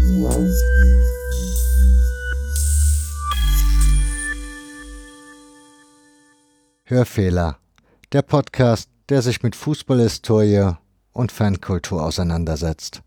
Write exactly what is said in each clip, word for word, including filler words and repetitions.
Hörfehler, der Podcast, der sich mit Fußballhistorie und Fankultur auseinandersetzt.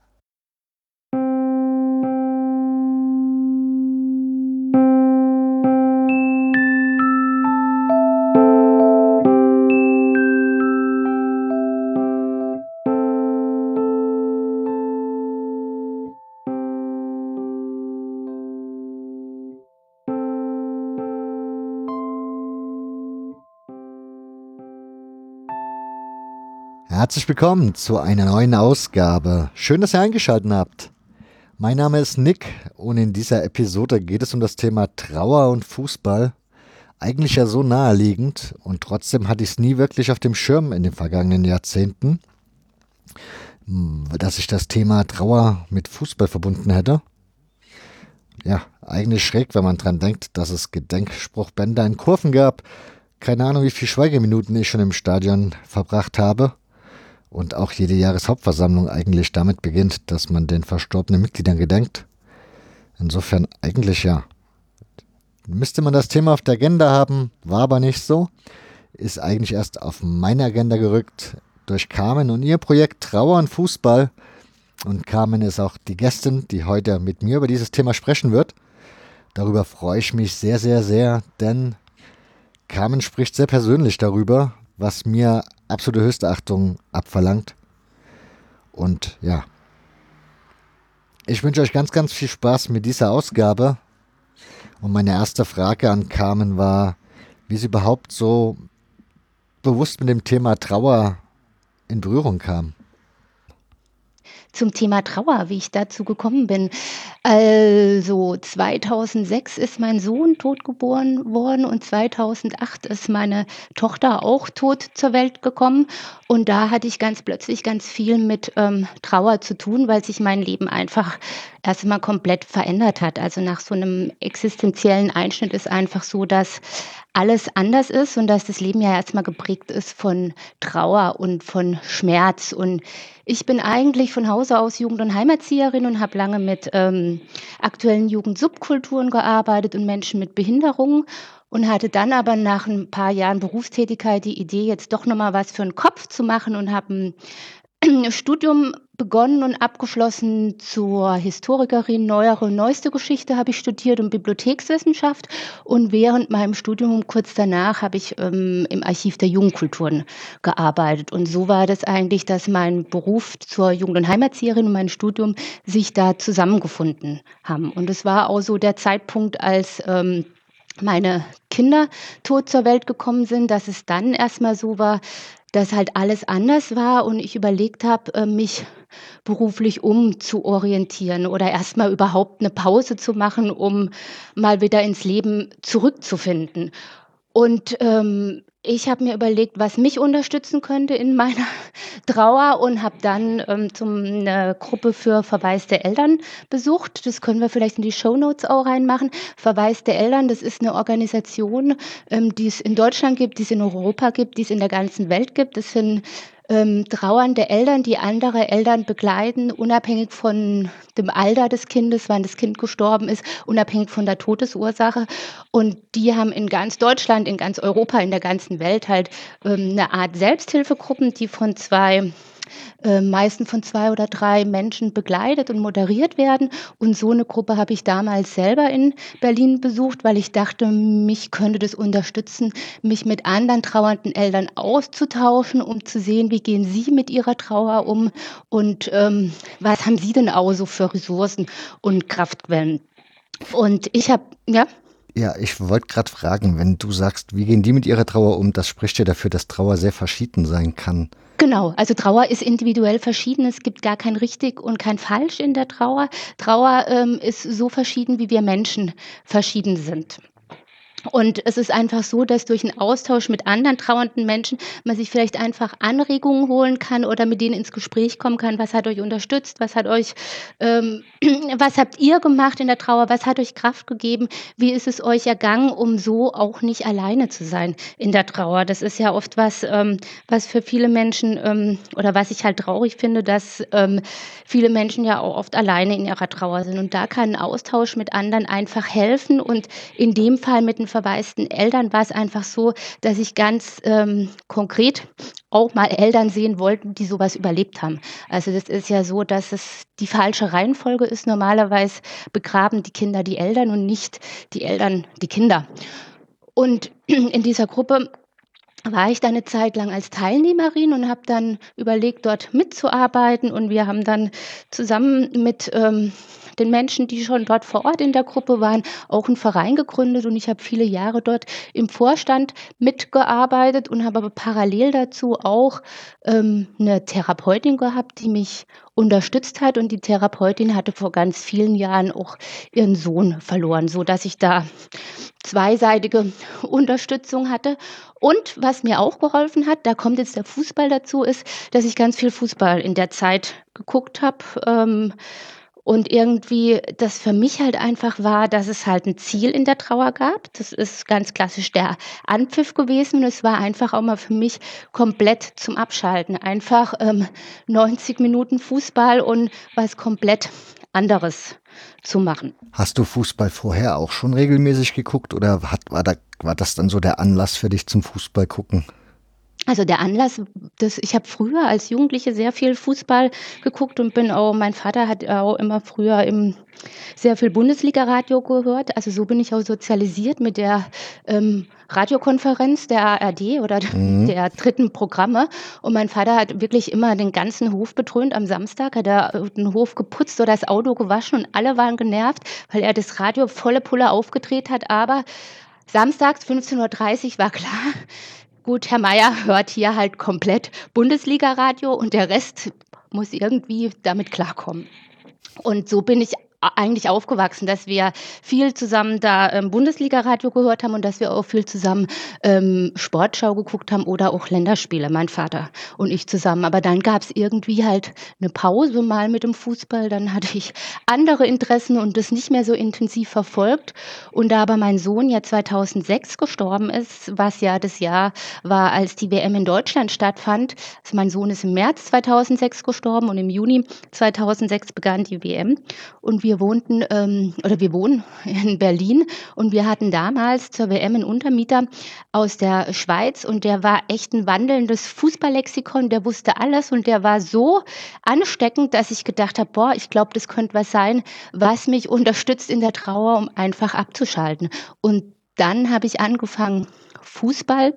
Herzlich willkommen zu einer neuen Ausgabe. Schön, dass ihr eingeschaltet habt. Mein Name ist Nick und in dieser Episode geht es um das Thema Trauer und Fußball. Eigentlich ja so naheliegend und trotzdem hatte ich es nie wirklich auf dem Schirm in den vergangenen Jahrzehnten, dass ich das Thema Trauer mit Fußball verbunden hätte. Ja, eigentlich schräg, wenn man dran denkt, dass es Gedenkspruchbänder in Kurven gab. Keine Ahnung, wie viele Schweigeminuten ich schon im Stadion verbracht habe. Und auch jede Jahreshauptversammlung eigentlich damit beginnt, dass man den verstorbenen Mitgliedern gedenkt. Insofern eigentlich ja. Müsste man das Thema auf der Agenda haben, war aber nicht so. Ist eigentlich erst auf meine Agenda gerückt durch Carmen und ihr Projekt Trauer und Fußball. Und Carmen ist auch die Gästin, die heute mit mir über dieses Thema sprechen wird. Darüber freue ich mich sehr, sehr, sehr, denn Carmen spricht sehr persönlich darüber, was mir absolute höchste Achtung abverlangt. Und ja, ich wünsche euch ganz, ganz viel Spaß mit dieser Ausgabe. Und meine erste Frage an Carmen war, wie sie überhaupt so bewusst mit dem Thema Trauer in Berührung kam. Zum Thema Trauer, wie ich dazu gekommen bin. Also zweitausendsechs ist mein Sohn tot geboren worden und zweitausendacht ist meine Tochter auch tot zur Welt gekommen. Und da hatte ich ganz plötzlich ganz viel mit ähm, Trauer zu tun, weil sich mein Leben einfach erstmal komplett verändert hat. Also nach so einem existenziellen Einschnitt ist einfach so, dass alles anders ist und dass das Leben ja erstmal geprägt ist von Trauer und von Schmerz. Und ich bin eigentlich von Hause aus Jugend- und Heimerzieherin und habe lange mit ähm, aktuellen Jugendsubkulturen gearbeitet und Menschen mit Behinderungen und hatte dann aber nach ein paar Jahren Berufstätigkeit die Idee, jetzt doch nochmal was für den Kopf zu machen und habe ein Studium begonnen und abgeschlossen zur Historikerin. Neuere und neueste Geschichte habe ich studiert und Bibliothekswissenschaft. Und während meinem Studium, kurz danach, habe ich ähm, im Archiv der Jugendkulturen gearbeitet. Und so war das eigentlich, dass mein Beruf zur Jugend- und Heimerzieherin und mein Studium sich da zusammengefunden haben. Und es war auch so der Zeitpunkt, als ähm, meine Kinder tot zur Welt gekommen sind, dass es dann erstmal so war, dass halt alles anders war und ich überlegt habe, mich beruflich umzuorientieren oder erstmal überhaupt eine Pause zu machen, um mal wieder ins Leben zurückzufinden. Und ähm, ich habe mir überlegt, was mich unterstützen könnte in meiner Trauer und habe dann ähm, zum, eine Gruppe für verwaiste Eltern besucht. Das können wir vielleicht in die Shownotes auch reinmachen. Verwaiste Eltern, das ist eine Organisation, ähm, die es in Deutschland gibt, die es in Europa gibt, die es in der ganzen Welt gibt. Das sind ähm, trauernde Eltern, die andere Eltern begleiten, unabhängig von dem Alter des Kindes, wann das Kind gestorben ist, unabhängig von der Todesursache. Und die haben in ganz Deutschland, in ganz Europa, in der ganzen Welt halt ähm, eine Art Selbsthilfegruppen, die von zwei äh, meistens von zwei oder drei Menschen begleitet und moderiert werden. Und so eine Gruppe habe ich damals selber in Berlin besucht, weil ich dachte, mich könnte das unterstützen, mich mit anderen trauernden Eltern auszutauschen, um zu sehen, wie gehen sie mit ihrer Trauer um und ähm, was haben sie denn auch so für Ressourcen und Kraftquellen. Und ich habe, ja, Ja, ich wollte gerade fragen, wenn du sagst, wie gehen die mit ihrer Trauer um, das spricht ja dafür, dass Trauer sehr verschieden sein kann. Genau, also Trauer ist individuell verschieden. Es gibt gar kein richtig und kein falsch in der Trauer. Trauer ähm, ist so verschieden, wie wir Menschen verschieden sind. Und es ist einfach so, dass durch 'n Austausch mit anderen trauernden Menschen man sich vielleicht einfach Anregungen holen kann oder mit denen ins Gespräch kommen kann. Was hat euch unterstützt? Was hat euch ähm, was habt ihr gemacht in der Trauer? Was hat euch Kraft gegeben? Wie ist es euch ergangen, um so auch nicht alleine zu sein in der Trauer? Das ist ja oft was, ähm, was für viele Menschen ähm, oder was ich halt traurig finde, dass, ähm, viele Menschen ja auch oft alleine in ihrer Trauer sind. Und da kann 'n Austausch mit anderen einfach helfen. Und in dem Fall mit den verwaisten Eltern war's einfach so, dass ich ganz, ähm, konkret auch mal Eltern sehen wollte, die so was überlebt haben. Also, das ist ja so, dass es die falsche Reihenfolge ist. Normalerweise begraben die Kinder die Eltern und nicht die Eltern die Kinder. Und in dieser Gruppe war ich dann 'ne Zeit lang als Teilnehmerin und habe dann überlegt, dort mitzuarbeiten. Und wir haben dann zusammen mit, ähm, den Menschen, die schon dort vor Ort in der Gruppe waren, auch 'n Verein gegründet. Und ich habe viele Jahre dort im Vorstand mitgearbeitet und habe aber parallel dazu auch, ähm, 'ne Therapeutin gehabt, die mich unterstützt hat. Und die Therapeutin hatte vor ganz vielen Jahren auch ihren Sohn verloren, sodass ich da zweiseitige Unterstützung hatte. Und was mir auch geholfen hat, da kommt jetzt der Fußball dazu, ist, dass ich ganz viel Fußball in der Zeit geguckt habe, ähm, und irgendwie das für mich halt einfach war, dass es halt 'n Ziel in der Trauer gab. Das ist ganz klassisch der Anpfiff gewesen. Und es war einfach auch mal für mich komplett zum Abschalten. Einfach, ähm, neunzig Minuten Fußball und was komplett anderes zu machen. Hast du Fußball vorher auch schon regelmäßig geguckt oder hat war da war das dann so der Anlass für dich zum Fußball gucken? Also, der Anlass, das ich habe früher als Jugendliche sehr viel Fußball geguckt und bin auch mein Vater hat auch immer früher im sehr viel Bundesliga-Radio gehört. Also, so bin ich auch sozialisiert mit der, ähm, Radiokonferenz der A R D oder Mhm. der dritten Programme. Und mein Vater hat wirklich immer den ganzen Hof bedröhnt. Am Samstag hat er, äh, den Hof geputzt oder das Auto gewaschen und alle waren genervt, weil er das Radio volle Pulle aufgedreht hat. Aber samstags fünfzehn Uhr dreißig war klar: Gut, Herr Meier hört hier halt komplett Bundesliga-Radio und der Rest muss irgendwie damit klarkommen. Und so bin ich a eigentlich aufgewachsen, dass wir viel zusammen da, ähm, Bundesliga-Radio gehört haben und dass wir auch viel zusammen, ähm, Sportschau geguckt haben oder auch Länderspiele, mein Vater und ich zusammen. Aber dann gab's irgendwie halt 'ne Pause mal mit dem Fußball. Dann hatte ich andere Interessen und das nicht mehr so intensiv verfolgt. Und da aber mein Sohn ja zweitausendsechs gestorben ist, was ja das Jahr war, als die W M in Deutschland stattfand. Also, mein Sohn ist im März zweitausendsechs gestorben und im Juni zweitausendsechs begann die W M. Und wir wohnten, ähm oder wir wohnen in Berlin und wir hatten damals zur W M 'n Untermieter aus der Schweiz und der war echt 'n wandelndes Fußballlexikon. Der wusste alles und der war so ansteckend, dass ich gedacht habe: „Boah, ich glaube, das könnte was sein, was mich unterstützt in der Trauer, um einfach abzuschalten.“ Und dann habe ich angefangen, Fußball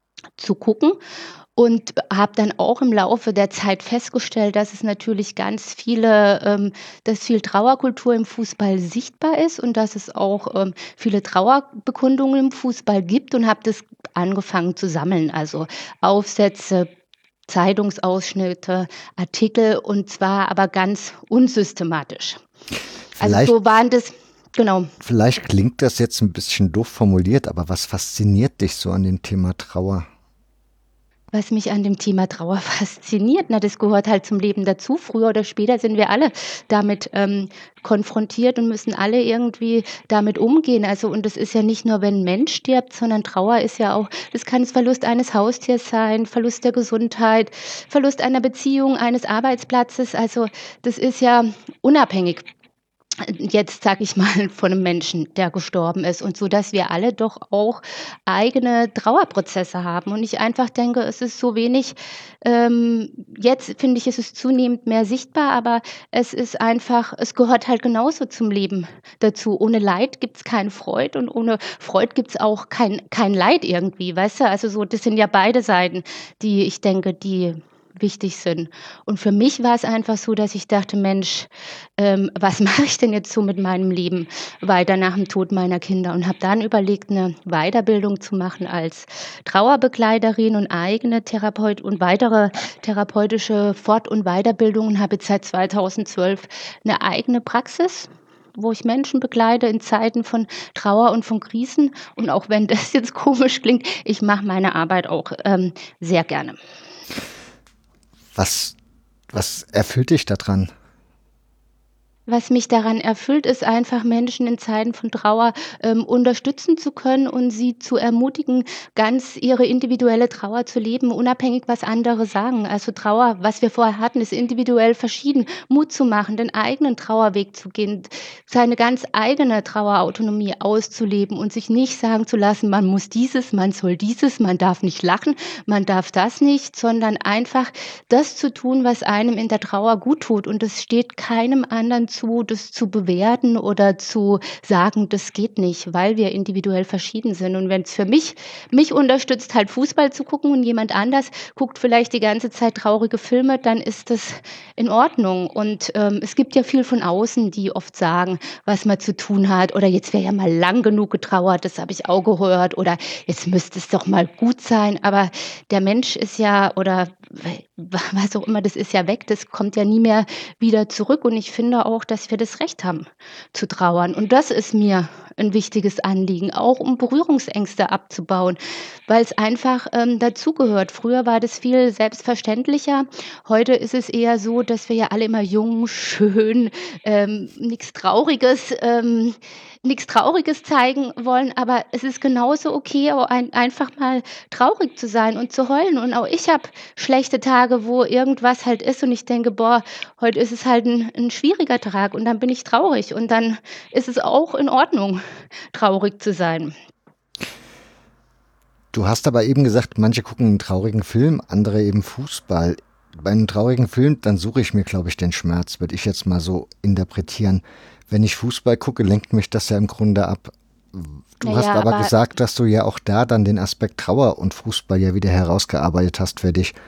zu gucken und habe dann auch im Laufe der Zeit festgestellt, dass es natürlich ganz viele ähm, dass viel Trauerkultur im Fußball sichtbar ist und dass es auch, ähm, viele Trauerbekundungen im Fußball gibt und habe das angefangen zu sammeln. Also, Aufsätze, Zeitungsausschnitte, Artikel und zwar aber ganz unsystematisch. Also, Vielleicht so waren das genau. vielleicht klingt das jetzt 'n bisschen doof formuliert, aber was fasziniert dich so an dem Thema Trauer? Was mich an dem Thema Trauer fasziniert, na, das gehört halt zum Leben dazu. Früher oder später sind wir alle damit, ähm, konfrontiert und müssen alle irgendwie damit umgehen. Also, und das ist ja nicht nur, wenn 'n Mensch stirbt, sondern Trauer ist ja auch das kann das Verlust eines Haustiers sein, Verlust der Gesundheit, Verlust einer Beziehung, eines Arbeitsplatzes. Also, das ist ja unabhängig jetzt, sage ich mal, von 'nem Menschen, der gestorben ist und so, dass wir alle doch auch eigene Trauerprozesse haben. Und ich einfach denke, es ist so wenig ähm, jetzt finde ich, ist es zunehmend mehr sichtbar, aber es ist einfach es gehört halt genauso zum Leben dazu. Ohne Leid gibt's keine Freude und ohne Freude gibt's auch kein kein Leid irgendwie, weißt du? Also, so das sind ja beide Seiten, die ich denke, die wichtig sind. Und für mich war's einfach so, dass ich dachte: „Mensch, ähm, was mache ich denn jetzt so mit meinem Leben weiter nach dem Tod meiner Kinder?“ Und habe dann überlegt, 'ne Weiterbildung zu machen als Trauerbegleiterin und eigene Therapeut und weitere therapeutische Fort und Weiterbildungen. Habe jetzt seit zweitausendzwölf 'ne eigene Praxis, wo ich Menschen begleite in Zeiten von Trauer und von Krisen. Und auch wenn das jetzt komisch klingt, ich mache meine Arbeit auch ähm, sehr gerne. Was, was erfüllt dich daran? Was mich daran erfüllt, ist einfach, Menschen in Zeiten von Trauer ähm, unterstützen zu können und sie zu ermutigen, ganz ihre individuelle Trauer zu leben, unabhängig, was andere sagen. Also Trauer, was wir vorher hatten, ist individuell verschieden. Mut zu machen, den eigenen Trauerweg zu gehen, seine ganz eigene Trauerautonomie auszuleben und sich nicht sagen zu lassen, man muss dieses, man soll dieses, man darf nicht lachen, man darf das nicht, sondern einfach das zu tun, was einem in der Trauer gut tut. Und es steht keinem anderen zu, das zu bewerten oder zu sagen, das geht nicht, weil wir individuell verschieden sind. Und wenn es für mich, mich unterstützt, halt Fußball zu gucken und jemand anders guckt vielleicht die ganze Zeit traurige Filme, dann ist das in Ordnung. Und ähm, es gibt ja viel von außen, die oft sagen, was man zu tun hat. Oder jetzt wäre ja mal lang genug getrauert, das habe ich auch gehört. Oder jetzt müsste es doch mal gut sein. Aber der Mensch ist ja, oder was auch immer, das ist ja weg, das kommt ja nie mehr wieder zurück. Und ich finde auch, dass wir das Recht haben, zu trauern. Und das ist mir ein wichtiges Anliegen, auch um Berührungsängste abzubauen, weil es einfach ähm, dazugehört. Früher war das viel selbstverständlicher. Heute ist es eher so, dass wir ja alle immer jung, schön, ähm, nichts Trauriges, ähm, nichts Trauriges zeigen wollen. Aber es ist genauso okay, auch ein, einfach mal traurig zu sein und zu heulen. Und auch ich habe schlechte Tage, wo irgendwas halt ist und ich denke, boah, heute ist es halt ein, ein schwieriger Tag und dann bin ich traurig und dann ist es auch in Ordnung, traurig zu sein. Du hast aber eben gesagt, manche gucken einen traurigen Film, andere eben Fußball. Bei einem traurigen Film, dann suche ich mir, glaube ich, den Schmerz, würde ich jetzt mal so interpretieren. Wenn ich Fußball gucke, lenkt mich das ja im Grunde ab. Du Naja, hast aber, aber gesagt, dass du ja auch da dann den Aspekt Trauer und Fußball ja wieder herausgearbeitet hast für dich.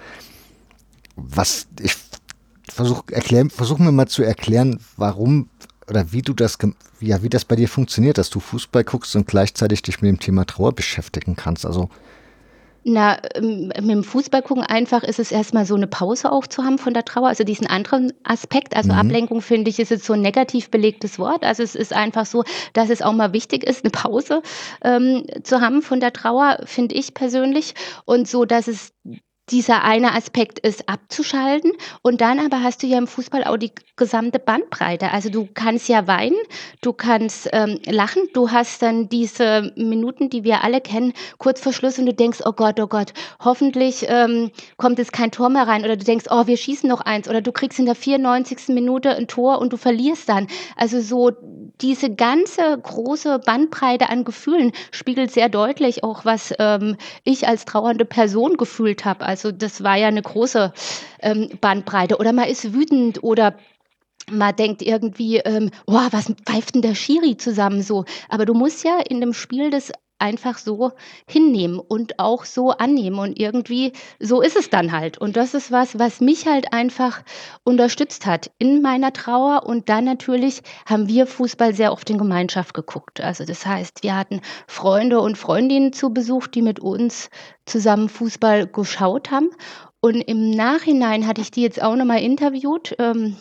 Was ich versuche versuch mir mal zu erklären, warum oder wie du das, ja, wie das bei dir funktioniert, dass du Fußball guckst und gleichzeitig dich mit dem Thema Trauer beschäftigen kannst. Also Na, ähm, mit dem Fußball gucken einfach ist es erstmal so eine Pause auch zu haben von der Trauer, also diesen anderen Aspekt. Also mhm. Ablenkung, finde ich, ist jetzt so ein negativ belegtes Wort. Also es ist einfach so, dass es auch mal wichtig ist, eine Pause ähm, zu haben von der Trauer, finde ich persönlich. Und so, dass es dieser eine Aspekt ist, abzuschalten. Und dann aber hast du ja im Fußball auch die gesamte Bandbreite. Also du kannst ja weinen, du kannst ähm, lachen, du hast dann diese Minuten, die wir alle kennen, kurz vor Schluss und du denkst, oh Gott, oh Gott, hoffentlich ähm, kommt jetzt kein Tor mehr rein. Oder du denkst, oh, wir schießen noch eins. Oder du kriegst in der vierundneunzigsten Minute ein Tor und du verlierst dann. Also so diese ganze große Bandbreite an Gefühlen spiegelt sehr deutlich auch, was ähm, ich als trauernde Person gefühlt habe. Also das war ja eine große ähm, Bandbreite. Oder man ist wütend oder man denkt irgendwie, ähm, oh, was pfeift denn der Schiri zusammen so? Aber du musst ja in dem Spiel das einfach so hinnehmen und auch so annehmen. Und irgendwie so ist es dann halt. Und das ist was, was mich halt einfach unterstützt hat in meiner Trauer. Und dann natürlich haben wir Fußball sehr oft in Gemeinschaft geguckt. Also das heißt, wir hatten Freunde und Freundinnen zu Besuch, die mit uns zusammen Fußball geschaut haben. Und im Nachhinein hatte ich die jetzt auch nochmal interviewt. Ähm,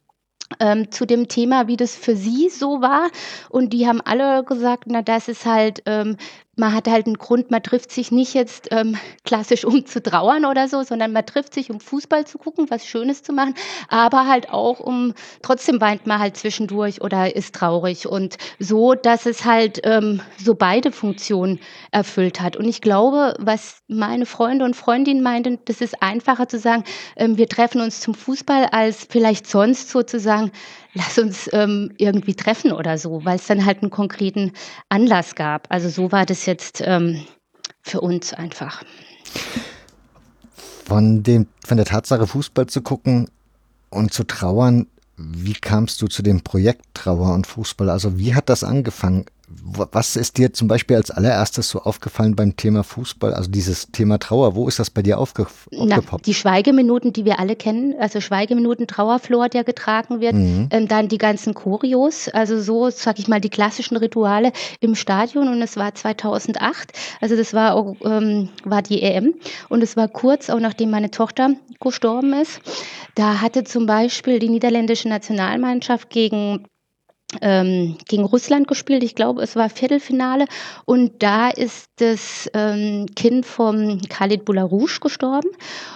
ähm, zu dem Thema, wie das für sie so war. Und die haben alle gesagt, na, das ist halt, ähm, man hat halt einen Grund, man trifft sich nicht jetzt ähm, klassisch, um zu trauern oder so, sondern man trifft sich, um Fußball zu gucken, was Schönes zu machen, aber halt auch, um, trotzdem weint man halt zwischendurch oder ist traurig. Und so, dass es halt ähm, so beide Funktionen erfüllt hat. Und ich glaube, was meine Freunde und Freundinnen meinten, das ist einfacher zu sagen, ähm, wir treffen uns zum Fußball, als vielleicht sonst sozusagen, lass uns ähm, irgendwie treffen oder so, weil es dann halt einen konkreten Anlass gab. Also so war das jetzt ähm, für uns einfach. Von dem, von der Tatsache, Fußball zu gucken und zu trauern, wie kamst du zu dem Projekt Trauer und Fußball? Also wie hat das angefangen? Was ist dir zum Beispiel als allererstes so aufgefallen beim Thema Fußball, also dieses Thema Trauer? Wo ist das bei dir aufge Na, aufgepoppt? die Schweigeminuten, die wir alle kennen, also Schweigeminuten, Trauerflor, der getragen wird, Mhm. ähm, dann die ganzen Choreos, also so, sag ich mal, die klassischen Rituale im Stadion. Und es war zweitausendacht, also das war auch, ähm, war die E M und es war kurz, auch nachdem meine Tochter gestorben ist. Da hatte zum Beispiel die niederländische Nationalmannschaft gegen ähm, gegen Russland gespielt. Ich glaube, es war Viertelfinale. Und da ist das ähm, Kind vom Khalid Boularouche gestorben.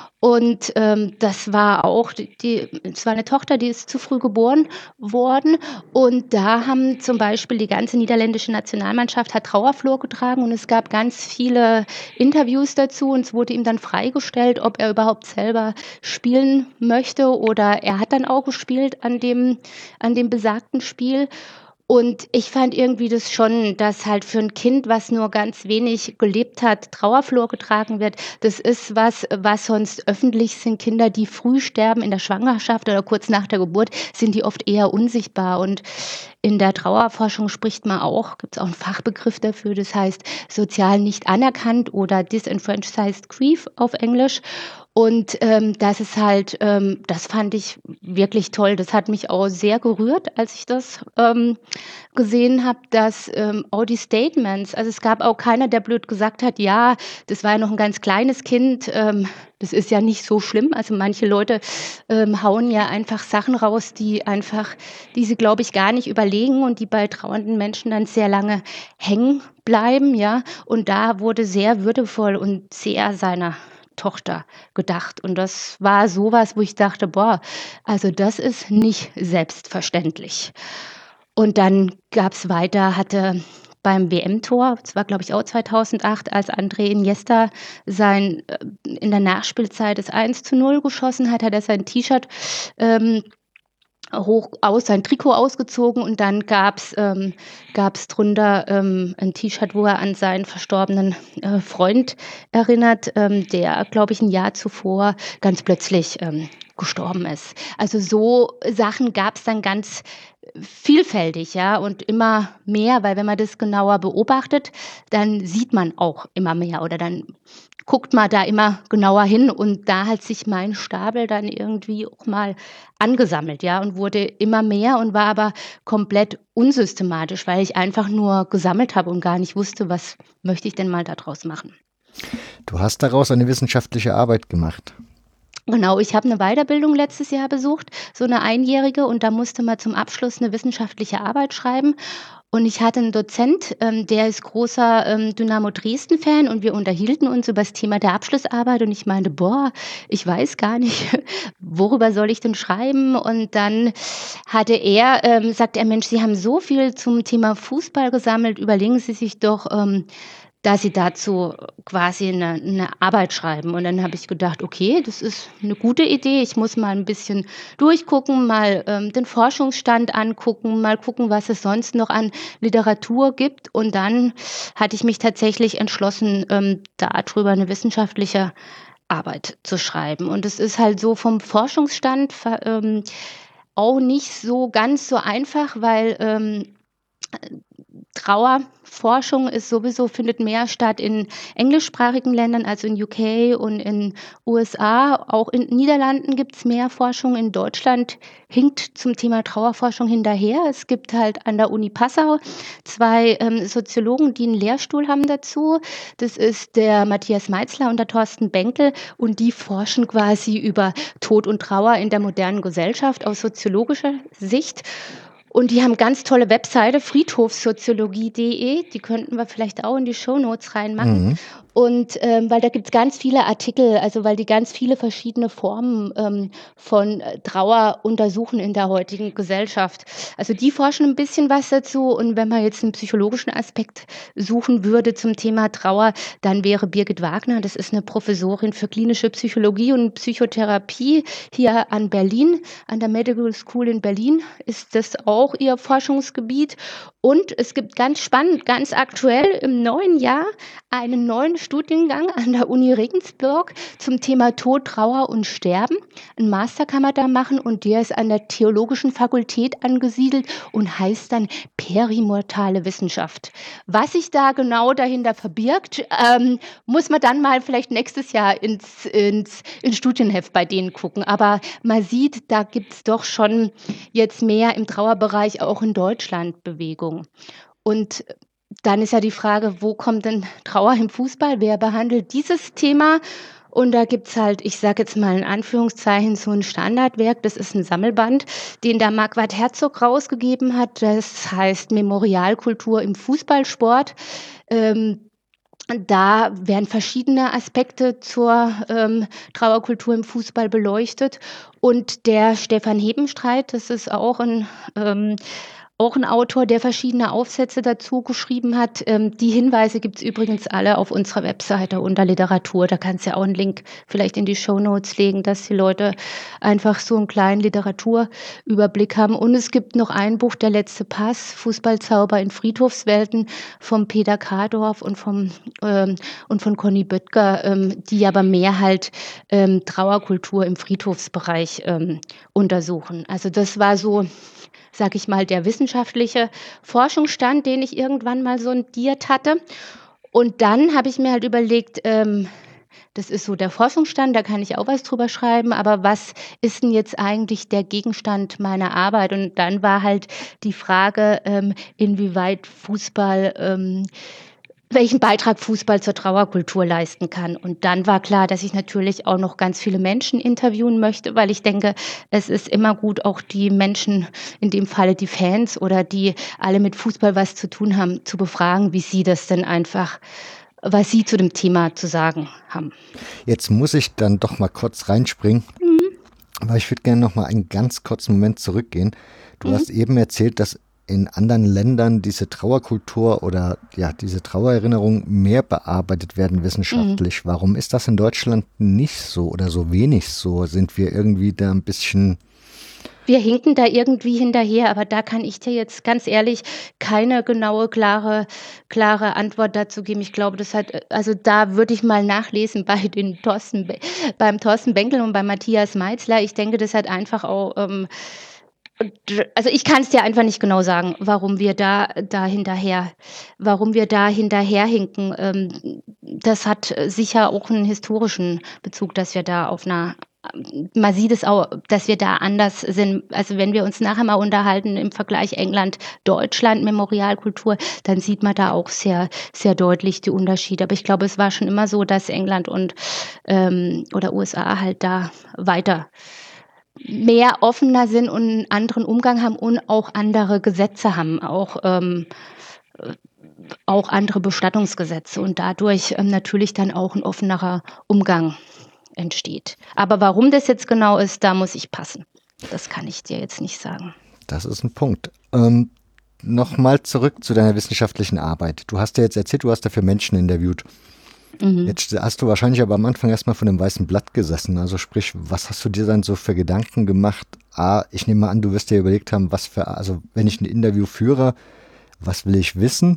Und ähm, das war auch, die, die, es war eine Tochter, die ist zu früh geboren worden. Und da haben zum Beispiel die ganze niederländische Nationalmannschaft hat Trauerflor getragen und es gab ganz viele Interviews dazu und es wurde ihm dann freigestellt, ob er überhaupt selber spielen möchte oder er hat dann auch gespielt an dem, an dem besagten Spiel. Und ich fand irgendwie das schon, dass halt für ein Kind, was nur ganz wenig gelebt hat, Trauerflor getragen wird. Das ist was, was sonst öffentlich sind. Kinder, die früh sterben in der Schwangerschaft oder kurz nach der Geburt, sind die oft eher unsichtbar. Und in der Trauerforschung spricht man auch, gibt es auch einen Fachbegriff dafür, das heißt sozial nicht anerkannt oder disenfranchised grief auf Englisch. Und ähm, das ist halt, ähm, das fand ich wirklich toll. Das hat mich auch sehr gerührt, als ich das ähm, gesehen habe, dass ähm, auch die Statements, also es gab auch keiner, der blöd gesagt hat, ja, das war ja noch ein ganz kleines Kind, ähm, das ist ja nicht so schlimm. Also manche Leute ähm, hauen ja einfach Sachen raus, die einfach, die sie, glaube ich, gar nicht überlegen und die bei trauernden Menschen dann sehr lange hängen bleiben, ja. Und da wurde sehr würdevoll und sehr seiner Tochter gedacht. Und das war sowas, wo ich dachte, boah, also das ist nicht selbstverständlich. Und dann gab es weiter, hatte beim W M-Tor, das war glaube ich auch zweitausendacht, als André Iniesta sein, äh, in der Nachspielzeit das eins zu null geschossen hat, hat er sein T-Shirt ähm, hoch aus, sein Trikot ausgezogen und dann gab's ähm, gab's drunter ähm, ein T-Shirt, wo er an seinen verstorbenen äh, Freund erinnert, ähm, der, glaube ich, ein Jahr zuvor ganz plötzlich ähm, gestorben ist. Also so Sachen gab's dann ganz vielfältig, ja, und immer mehr, weil wenn man das genauer beobachtet, dann sieht man auch immer mehr oder dann guckt man da immer genauer hin und da hat sich mein Stapel dann irgendwie auch mal angesammelt, ja, und wurde immer mehr und war aber komplett unsystematisch, weil ich einfach nur gesammelt habe und gar nicht wusste, was möchte ich denn mal daraus machen. Du hast daraus eine wissenschaftliche Arbeit gemacht. Genau, ich habe eine Weiterbildung letztes Jahr besucht, so eine einjährige, und da musste man zum Abschluss eine wissenschaftliche Arbeit schreiben. Und ich hatte einen Dozent, ähm, der ist großer ähm, Dynamo Dresden-Fan und wir unterhielten uns über das Thema der Abschlussarbeit und ich meinte, boah, ich weiß gar nicht, worüber soll ich denn schreiben? Und dann hatte er, ähm, sagt er, Mensch, Sie haben so viel zum Thema Fußball gesammelt, überlegen Sie sich doch, ähm, dass Sie dazu quasi eine 'ne Arbeit schreiben. Und dann habe ich gedacht: „Okay, das ist eine gute Idee. Ich muss mal ein bisschen durchgucken, mal, ähm, den Forschungsstand angucken, mal gucken, was es sonst noch an Literatur gibt.“ Und dann hatte ich mich tatsächlich entschlossen, ähm, da drüber eine wissenschaftliche Arbeit zu schreiben. Und es ist halt so vom Forschungsstand ver ähm, auch nicht so ganz so einfach, weil, ähm Trauerforschung ist sowieso findet mehr statt in englischsprachigen Ländern, also in U K und in U S A. Auch in Niederlanden gibt's mehr Forschung. In Deutschland hinkt zum Thema Trauerforschung hinterher. Es gibt halt an der Uni Passau zwei ähm, Soziologen, die einen Lehrstuhl haben dazu. Das ist der Matthias Meitzler und der Thorsten Benkel und die forschen quasi über Tod und Trauer in der modernen Gesellschaft aus soziologischer Sicht. Und die haben ganz tolle Webseite, friedhofssoziologie punkt de, die könnten wir vielleicht auch in die Shownotes reinmachen. Mhm. Und ähm, weil da gibt's ganz viele Artikel, also weil die ganz viele verschiedene Formen ähm, von äh, Trauer untersuchen in der heutigen Gesellschaft. Also die forschen ein bisschen was dazu und wenn man jetzt einen psychologischen Aspekt suchen würde zum Thema Trauer, dann wäre Birgit Wagner, das ist eine Professorin für klinische Psychologie und Psychotherapie hier an Berlin, an der Medical School in Berlin ist das auch ihr Forschungsgebiet. Und es gibt ganz spannend, ganz aktuell im neuen Jahr einen neuen Studiengang an der Uni Regensburg zum Thema Tod, Trauer und Sterben. Ein Master kann man da machen und der ist an der Theologischen Fakultät angesiedelt und heißt dann perimortale Wissenschaft. Was sich da genau dahinter verbirgt, ähm, muss man dann mal vielleicht nächstes Jahr ins, ins, ins Studienheft bei denen gucken. Aber man sieht, da gibt's doch schon jetzt mehr im Trauerbereich auch in Deutschland Bewegung. Und dann ist ja die Frage, wo kommt denn Trauer im Fußball? Wer behandelt dieses Thema? Und da gibt's halt, ich sage jetzt mal in Anführungszeichen, so ein Standardwerk, das ist ein Sammelband, den der Marquard Herzog rausgegeben hat. Das heißt Memorialkultur im Fußballsport. Ähm, Da werden verschiedene Aspekte zur, ähm, Trauerkultur im Fußball beleuchtet. Und der Stefan Hebenstreit, das ist auch ein ähm, auch ein Autor, der verschiedene Aufsätze dazu geschrieben hat. Ähm, die Hinweise gibt's übrigens alle auf unserer Webseite unter Literatur. Da kannst du ja auch einen Link vielleicht in die Shownotes legen, dass die Leute einfach so einen kleinen Literaturüberblick haben. Und es gibt noch ein Buch, Der letzte Pass, Fußballzauber in Friedhofswelten, vom Peter Kardorf und vom ähm, und von Conny Böttger, ähm, die aber mehr halt ähm, Trauerkultur im Friedhofsbereich ähm, untersuchen. Also das war so, sage ich mal, der wissenschaftliche Forschungsstand, den ich irgendwann mal sondiert hatte. Und dann habe ich mir halt überlegt, ähm, das ist so der Forschungsstand, da kann ich auch was drüber schreiben, aber was ist denn jetzt eigentlich der Gegenstand meiner Arbeit? Und dann war halt die Frage, ähm, inwieweit Fußball ähm, welchen Beitrag Fußball zur Trauerkultur leisten kann. Und dann war klar, dass ich natürlich auch noch ganz viele Menschen interviewen möchte, weil ich denke, es ist immer gut, auch die Menschen, in dem Falle die Fans oder die alle mit Fußball was zu tun haben, zu befragen, wie sie das denn einfach, was sie zu dem Thema zu sagen haben. Jetzt muss ich dann doch mal kurz reinspringen, Mhm. aber ich würde gerne noch mal einen ganz kurzen Moment zurückgehen. Du Mhm. hast eben erzählt, dass in anderen Ländern diese Trauerkultur oder ja, diese Trauererinnerung mehr bearbeitet werden Mhm. wissenschaftlich. Warum ist das in Deutschland nicht so oder so wenig so? Sind wir irgendwie da ein bisschen... Wir hinken da irgendwie hinterher, aber da kann ich dir jetzt ganz ehrlich keine genaue, klare klare Antwort dazu geben. Ich glaube, das hat äh, also, da würde ich mal nachlesen bei den Thorsten Be beim Thorsten Benkel und bei Matthias Meitzler. Ich denke, das hat einfach auch, ähm, dr also, ich kann's dir einfach nicht genau sagen, warum wir da da hinterher warum wir da hinterherhinken. Ähm, das hat äh, sicher auch 'n historischen Bezug, dass wir da auf 'ner ähm, man sieht es auch, dass wir da anders sind. Also, wenn wir uns nachher mal unterhalten im Vergleich England, Deutschland, Memorialkultur, dann sieht man da auch sehr sehr deutlich die Unterschiede. Aber ich glaube, es war schon immer so, dass England und, ähm oder U S A halt da weiter mehr offener sind und 'n anderen Umgang haben und auch andere Gesetze haben, auch, ähm, äh, auch andere Bestattungsgesetze und dadurch, ähm, natürlich dann auch 'n offenerer Umgang entsteht. Aber warum das jetzt genau ist, da muss ich passen. Das kann ich dir jetzt nicht sagen. Das ist ein Punkt. Ähm, Nochmal zurück zu deiner wissenschaftlichen Arbeit. Du hast ja jetzt erzählt, du hast dafür Menschen interviewt. Mhm. Jetzt hast du wahrscheinlich aber am Anfang erstmal von dem weißen Blatt gesessen. Also sprich, was hast du dir dann so für Gedanken gemacht? A, ich nehme mal an, du wirst dir überlegt haben, was für, also wenn ich ein Interview führe, was will ich wissen?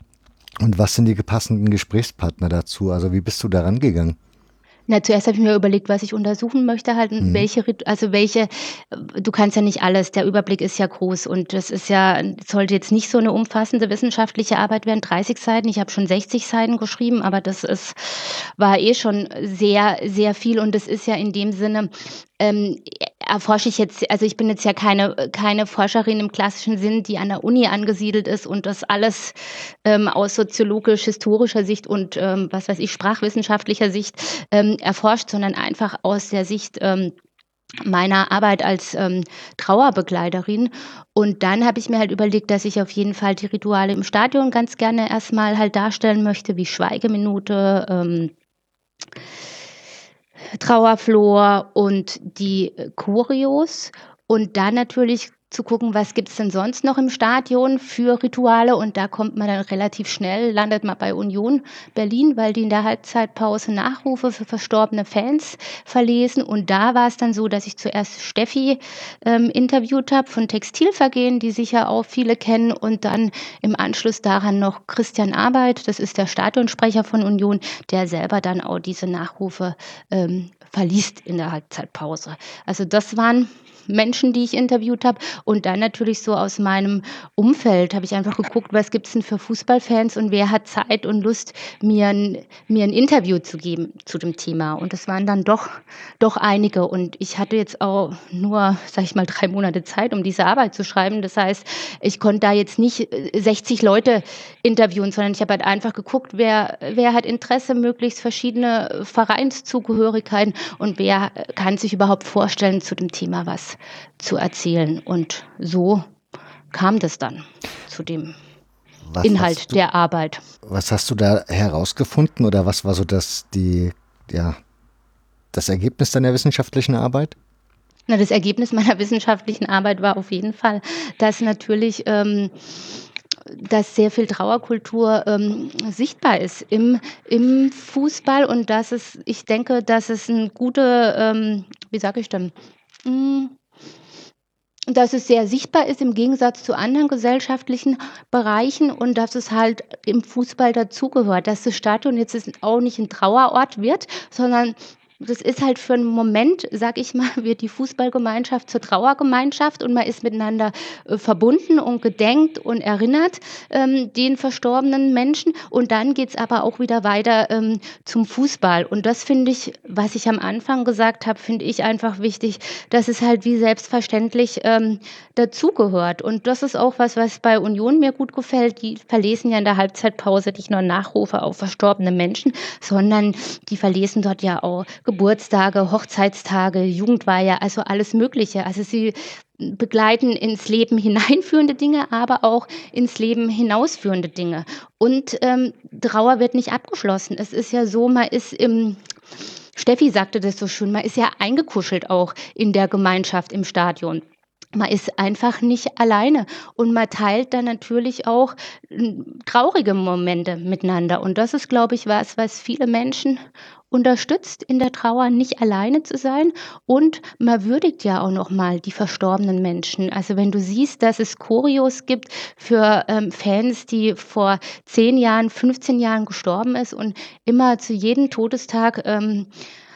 Und was sind die passenden Gesprächspartner dazu? Also wie bist du da rangegangen? Na, zuerst habe ich mir überlegt, was ich untersuchen möchte halt und Mhm. welche Rit also welche äh, du kannst ja nicht alles, der Überblick ist ja groß und das ist ja sollte jetzt nicht so 'ne umfassende wissenschaftliche Arbeit werden, dreißig Seiten. Ich habe schon sechzig Seiten geschrieben, aber das ist war eh schon sehr, sehr viel und das ist ja in dem Sinne, ähm, erforsche ich jetzt also ich bin jetzt ja keine keine Forscherin im klassischen Sinn, die an der Uni angesiedelt ist und das alles, ähm, aus soziologisch-historischer Sicht und, ähm, was weiß ich, sprachwissenschaftlicher Sicht, ähm, erforscht, sondern einfach aus der Sicht, ähm, meiner Arbeit als, ähm, Trauerbegleiterin. Und dann habe ich mir halt überlegt, dass ich auf jeden Fall die Rituale im Stadion ganz gerne erst mal halt darstellen möchte, wie Schweigeminute, ähm Trauerflor und die, äh, Choreos und dann natürlich zu gucken, was gibt's denn sonst noch im Stadion für Rituale und da kommt man dann relativ schnell landet man bei Union Berlin, weil die in der Halbzeitpause Nachrufe für verstorbene Fans verlesen und da war's dann so, dass ich zuerst Steffi, ähm, interviewt habe von Textilvergehen, die sicher auch viele kennen und dann im Anschluss daran noch Christian Arbeit, das ist der Stadionsprecher von Union, der selber dann auch diese Nachrufe ähm, verliest in der Halbzeitpause. Also das waren Menschen, die ich interviewt habe. Und dann natürlich so aus meinem Umfeld habe ich einfach geguckt, was gibt's denn für Fußballfans und wer hat Zeit und Lust, mir ein mir 'n Interview zu geben zu dem Thema. Und das waren dann doch doch einige. Und ich hatte jetzt auch nur, sage ich mal, drei Monate Zeit, um diese Arbeit zu schreiben. Das heißt, ich konnte da jetzt nicht äh, sechzig Leute interviewen, sondern ich habe halt einfach geguckt, wer wer hat Interesse, möglichst verschiedene Vereinszugehörigkeiten und wer äh, kann sich überhaupt vorstellen, zu dem Thema was zu erzählen. Und so kam das dann zu dem Was Inhalt hast du, der Arbeit. was hast du da herausgefunden oder was war so das, die, ja, das Ergebnis deiner wissenschaftlichen Arbeit? Na, das Ergebnis meiner wissenschaftlichen Arbeit war auf jeden Fall, dass natürlich ähm, dass sehr viel Trauerkultur ähm, sichtbar ist im im Fußball und dass es ich denke, dass es 'n gute, ähm, wie sage ich denn, hm, dass es sehr sichtbar ist im Gegensatz zu anderen gesellschaftlichen Bereichen und dass es halt im Fußball dazugehört, dass das Stadion jetzt ist auch nicht 'n Trauerort wird, sondern das ist halt für 'n Moment, sage ich mal, wird die Fußballgemeinschaft zur Trauergemeinschaft und man ist miteinander, äh, verbunden und gedenkt und erinnert, ähm, den verstorbenen Menschen. Und dann geht's aber auch wieder weiter, ähm, zum Fußball. Und das finde ich, was ich am Anfang gesagt habe, finde ich einfach wichtig, dass es halt wie selbstverständlich, ähm, dazugehört. Und das ist auch was, was bei Union mir gut gefällt. Die verlesen ja in der Halbzeitpause nicht nur Nachrufe auf verstorbene Menschen, sondern die verlesen dort ja auch Geburtstage, Hochzeitstage, Jugendweihe, also alles Mögliche. Also sie begleiten ins Leben hineinführende Dinge, aber auch ins Leben hinausführende Dinge. Und ähm, Trauer wird nicht abgeschlossen. Es ist ja so, man ist im Steffi sagte das so schön, man ist ja eingekuschelt auch in der Gemeinschaft im Stadion. Man ist einfach nicht alleine und man teilt dann natürlich auch hm, traurige Momente miteinander. Und das ist, glaube ich, was, was viele Menschen unterstützt, in der Trauer nicht alleine zu sein. Und man würdigt ja auch noch mal die verstorbenen Menschen. Also wenn du siehst, dass es Choreos gibt für ähm, Fans, die vor zehn Jahren, fünfzehn Jahren gestorben ist und immer zu jedem Todestag ähm,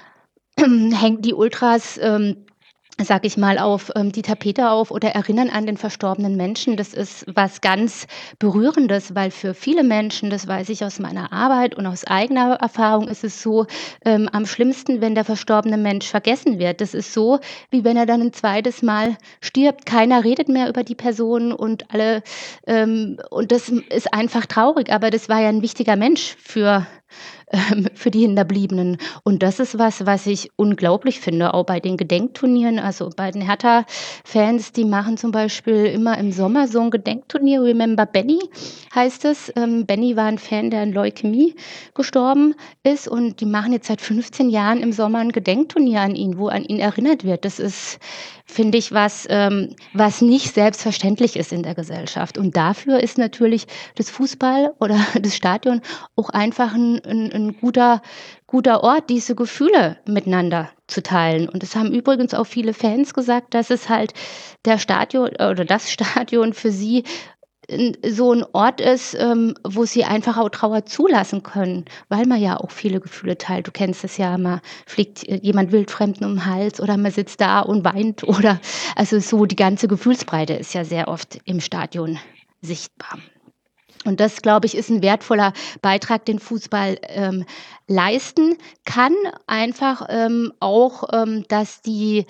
hängen die Ultras, ähm, sage ich mal, auf ähm, die Tapete auf oder erinnern an den verstorbenen Menschen. Das ist was ganz Berührendes, weil für viele Menschen, das weiß ich aus meiner Arbeit und aus eigener Erfahrung, ist es so ähm, am schlimmsten, wenn der verstorbene Mensch vergessen wird. Das ist so, wie wenn er dann ein zweites Mal stirbt. Keiner redet mehr über die Person und alle ähm, und das ist einfach traurig. Aber das war ja ein wichtiger Mensch für ähm, für die Hinterbliebenen. Und das ist was, was ich unglaublich finde, auch bei den Gedenkturnieren. Also bei den Hertha-Fans, die machen zum Beispiel immer im Sommer so ein Gedenkturnier. Remember Benny heißt es. Ähm, Benny war ein Fan, der an Leukämie gestorben ist. Und die machen jetzt seit fünfzehn Jahren im Sommer ein Gedenkturnier an ihn, wo an ihn erinnert wird. Das ist, finde ich, was, ähm, was nicht selbstverständlich ist in der Gesellschaft. Und dafür ist natürlich das Fußball oder das Stadion auch einfach ein, ein, ein guter, guter Ort, diese Gefühle miteinander zu teilen. Und es haben übrigens auch viele Fans gesagt, dass es halt der Stadion oder das Stadion für sie n- so ein Ort ist, ähm, wo sie einfach auch Trauer zulassen können, weil man ja auch viele Gefühle teilt. Du kennst es ja, man fliegt äh, jemand Wildfremden um den Hals oder man sitzt da und weint oder also so die ganze Gefühlsbreite ist ja sehr oft im Stadion sichtbar. Und das, glaube ich, ist ein wertvoller Beitrag, den Fußball ähm, leisten kann. Einfach ähm, auch, ähm, dass die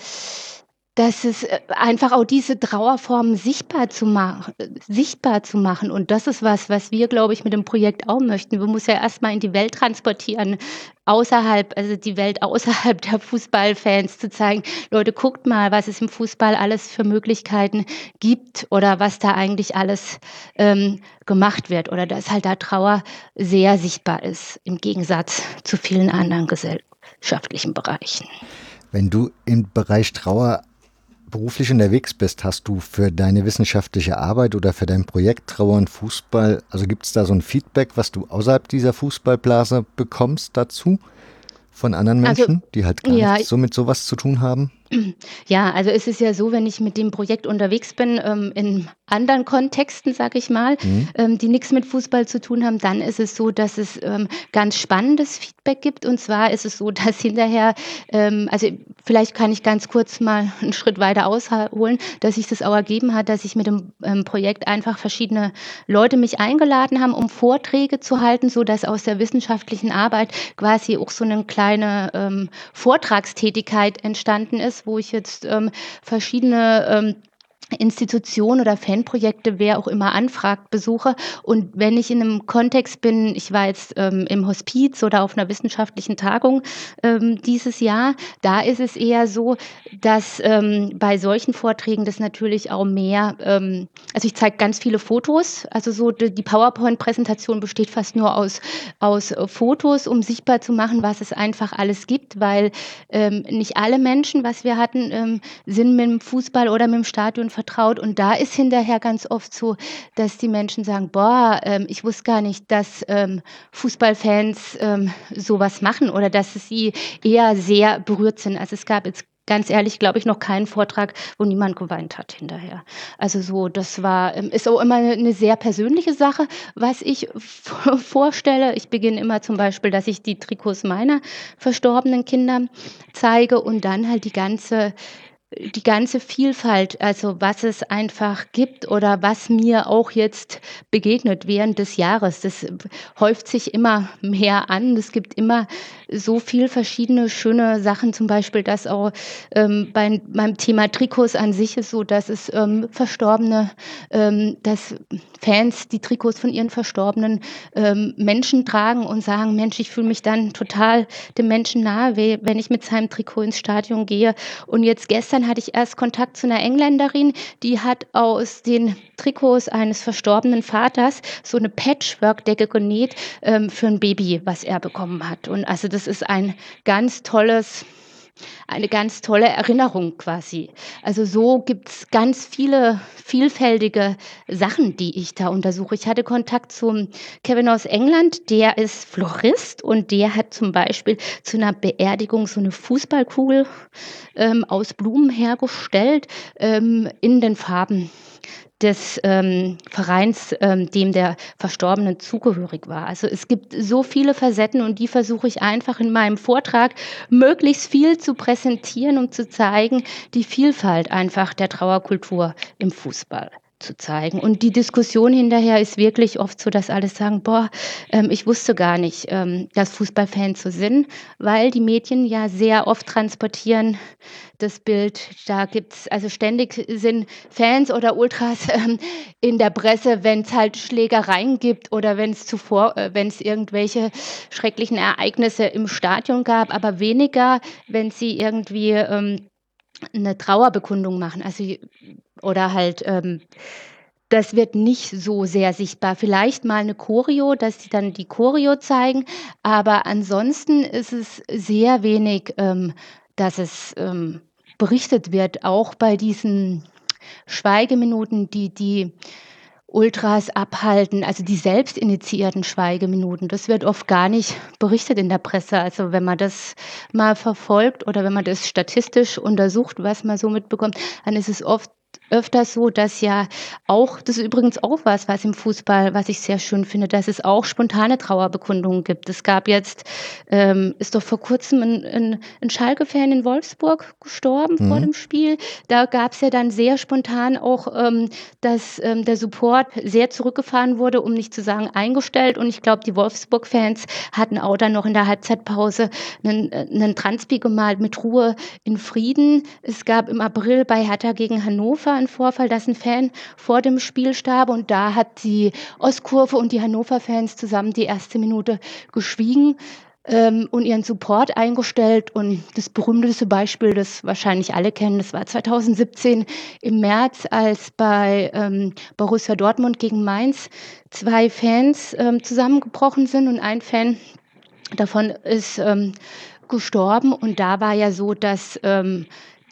dass es äh, einfach auch diese Trauerformen sichtbar zu mach sichtbar zu machen. Und das ist was, was wir, glaube ich, mit dem Projekt auch möchten. Wir muss ja erst mal in die Welt transportieren, außerhalb also die Welt außerhalb der Fußballfans zu zeigen: „Leute, guckt mal, was es im Fußball alles für Möglichkeiten gibt oder was da eigentlich alles, ähm, gemacht wird." Oder dass halt da Trauer sehr sichtbar ist, im Gegensatz zu vielen anderen gesellschaftlichen Bereichen. Wenn du im Bereich Trauer beruflich unterwegs bist, hast du für deine wissenschaftliche Arbeit oder für dein Projekt Trauer und Fußball, also gibt es da so ein Feedback, was du außerhalb dieser Fußballblase bekommst dazu von anderen Also, Menschen, die halt gar ja nichts so mit sowas zu tun haben? Ja, also es ist ja so, wenn ich mit dem Projekt unterwegs bin, ähm, in anderen Kontexten, sag ich mal, Mhm. ähm, die nichts mit Fußball zu tun haben, dann ist es so, dass es ähm, ganz spannendes Feedback gibt. Und zwar ist es so, dass hinterher, ähm, also vielleicht kann ich ganz kurz mal einen Schritt weiter ausholen, dass sich das auch ergeben hat, dass ich mit dem ähm, Projekt einfach verschiedene Leute mich eingeladen haben, um Vorträge zu halten, so dass aus der wissenschaftlichen Arbeit quasi auch so eine kleine ähm, Vortragstätigkeit entstanden ist, wo ich jetzt ähm, verschiedene ähm, Institutionen oder Fanprojekte, wer auch immer anfragt, besuche. Und wenn ich in einem Kontext bin, ich war jetzt ähm, im Hospiz oder auf einer wissenschaftlichen Tagung ähm, dieses Jahr, da ist es eher so, dass ähm, bei solchen Vorträgen das natürlich auch mehr, ähm, also ich zeige ganz viele Fotos, also so die, die PowerPoint-Präsentation besteht fast nur aus, aus äh, Fotos, um sichtbar zu machen, was es einfach alles gibt, weil ähm, nicht alle Menschen, was wir hatten, ähm, sind mit dem Fußball oder mit dem Stadion vertraut. Und da ist hinterher ganz oft so, dass die Menschen sagen, boah, ähm, ich wusste gar nicht, dass ähm, Fußballfans ähm, sowas machen oder dass sie eher sehr berührt sind. Also es gab jetzt ganz ehrlich, glaube ich, noch keinen Vortrag, wo niemand geweint hat hinterher. Also so, das war, ähm, ist auch immer eine sehr persönliche Sache, was ich v- vorstelle. Ich beginne immer zum Beispiel, dass ich die Trikots meiner verstorbenen Kinder zeige und dann halt die ganze die ganze Vielfalt, also was es einfach gibt oder was mir auch jetzt begegnet während des Jahres, das häuft sich immer mehr an. Es gibt immer so viel verschiedene schöne Sachen, zum Beispiel, dass auch ähm, bei meinem Thema Trikots an sich ist so, dass es ähm, Verstorbene, ähm, dass Fans die Trikots von ihren verstorbenen ähm, Menschen tragen und sagen, Mensch, ich fühle mich dann total dem Menschen nahe, we- wenn ich mit seinem Trikot ins Stadion gehe. Und jetzt gestern hatte ich erst Kontakt zu einer Engländerin, die hat aus den Trikots eines verstorbenen Vaters so eine Patchwork-Decke genäht ähm, für ein Baby, was er bekommen hat. Und also das ist ein ganz tolles, eine ganz tolle Erinnerung quasi. Also so gibt's ganz viele vielfältige Sachen, die ich da untersuche. Ich hatte Kontakt zum Kevin aus England, der ist Florist und der hat zum Beispiel zu einer Beerdigung so eine Fußballkugel ähm, aus Blumen hergestellt ähm, in den Farben des ähm, Vereins, ähm, dem der Verstorbenen zugehörig war. Also es gibt so viele Facetten und die versuche ich einfach in meinem Vortrag möglichst viel zu präsentieren, um zu zeigen, die Vielfalt einfach der Trauerkultur im Fußball zu zeigen. Und die Diskussion hinterher ist wirklich oft so, dass alle sagen, boah, ähm, ich wusste gar nicht, ähm, dass Fußballfans so sind, weil die Medien ja sehr oft transportieren das Bild. Da gibt's also ständig sind Fans oder Ultras ähm, in der Presse, wenn es halt Schlägereien gibt oder wenn es zuvor, äh, wenn es irgendwelche schrecklichen Ereignisse im Stadion gab, aber weniger, wenn sie irgendwie ähm, eine Trauerbekundung machen. Also oder halt ähm, das wird nicht so sehr sichtbar. Vielleicht mal eine Choreo, dass die dann die Choreo zeigen, aber ansonsten ist es sehr wenig, ähm, dass es ähm, berichtet wird, auch bei diesen Schweigeminuten, die die Ultras abhalten, also die selbst initiierten Schweigeminuten. Das wird oft gar nicht berichtet in der Presse. Also wenn man das mal verfolgt oder wenn man das statistisch untersucht, was man so mitbekommt, dann ist es oft öfters so, dass ja auch, das ist übrigens auch was, was im Fußball, was ich sehr schön finde, dass es auch spontane Trauerbekundungen gibt. Es gab jetzt, ähm, ist doch vor kurzem ein, ein, ein Schalke-Fan in Wolfsburg gestorben vor Mhm. dem Spiel. Da gab es ja dann sehr spontan auch, ähm, dass ähm, der Support sehr zurückgefahren wurde, um nicht zu sagen eingestellt. Und ich glaube, die Wolfsburg-Fans hatten auch dann noch in der Halbzeitpause einen, einen Transpi gemalt mit Ruhe in Frieden. Es gab im April bei Hertha gegen Hannover einen Vorfall, dass ein Fan vor dem Spiel starb und da hat die Ostkurve und die Hannover-Fans zusammen die erste Minute geschwiegen ähm, und ihren Support eingestellt. Und das berühmteste Beispiel, das wahrscheinlich alle kennen, das war zweitausendsiebzehn im März, als bei ähm, Borussia Dortmund gegen Mainz zwei Fans ähm, zusammengebrochen sind und ein Fan davon ist ähm, gestorben. Und da war ja so, dass ähm,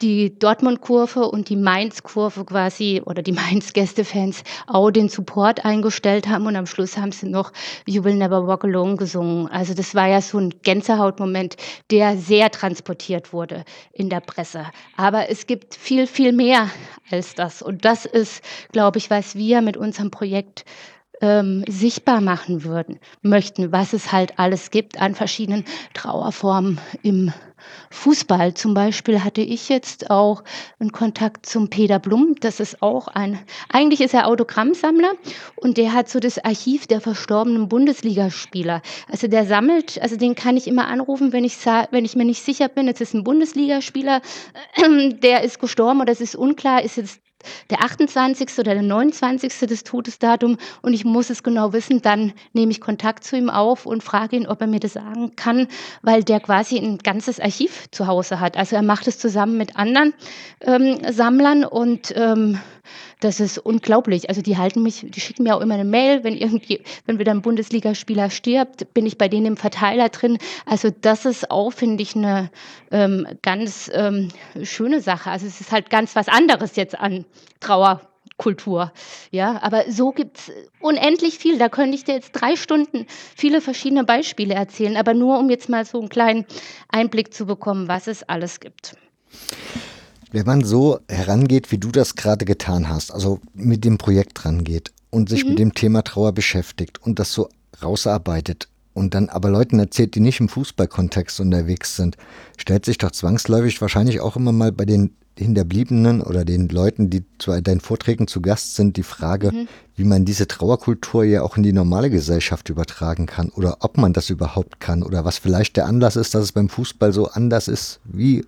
die Dortmund-Kurve und die Mainz-Kurve quasi oder die Mainz-Gästefans auch den Support eingestellt haben und am Schluss haben sie noch You Will Never Walk Alone gesungen. Also das war ja so ein Gänsehautmoment, der sehr transportiert wurde in der Presse. Aber es gibt viel, viel mehr als das. Und das ist, glaube ich, was wir mit unserem Projekt ähm, sichtbar machen würden, möchten, was es halt alles gibt an verschiedenen Trauerformen im Fußball. Zum Beispiel hatte ich jetzt auch einen Kontakt zum Peter Blum. Das ist auch ein, eigentlich ist er Autogrammsammler und der hat so das Archiv der verstorbenen Bundesligaspieler. Also der sammelt, also den kann ich immer anrufen, wenn ich, sa- wenn ich mir nicht sicher bin, es ist ein Bundesligaspieler, der ist gestorben oder es ist unklar, ist jetzt der achtundzwanzigste oder der neunundzwanzigste das Todesdatum und ich muss es genau wissen, dann nehme ich Kontakt zu ihm auf und frage ihn, ob er mir das sagen kann, weil der quasi ein ganzes Archiv zu Hause hat. Also er macht es zusammen mit anderen ähm, Sammlern und ähm, das ist unglaublich. Also die halten mich, die schicken mir auch immer eine Mail, wenn irgendwie, wenn wieder ein Bundesligaspieler stirbt, bin ich bei denen im Verteiler drin. Also das ist auch, finde ich, eine ähm, ganz ähm, schöne Sache. Also es ist halt ganz was anderes jetzt an Trauerkultur. Ja, aber so gibt's unendlich viel. Da könnte ich dir jetzt drei Stunden viele verschiedene Beispiele erzählen, aber nur um jetzt mal so einen kleinen Einblick zu bekommen, was es alles gibt. Wenn man so herangeht, wie du das gerade getan hast, also mit dem Projekt rangeht und sich Mhm. mit dem Thema Trauer beschäftigt und das so rausarbeitet und dann aber Leuten erzählt, die nicht im Fußballkontext unterwegs sind, stellt sich doch zwangsläufig wahrscheinlich auch immer mal bei den Hinterbliebenen oder den Leuten, die zu deinen Vorträgen zu Gast sind, die Frage, Mhm. wie man diese Trauerkultur ja auch in die normale Gesellschaft übertragen kann oder ob man das überhaupt kann oder was vielleicht der Anlass ist, dass es beim Fußball so anders ist wie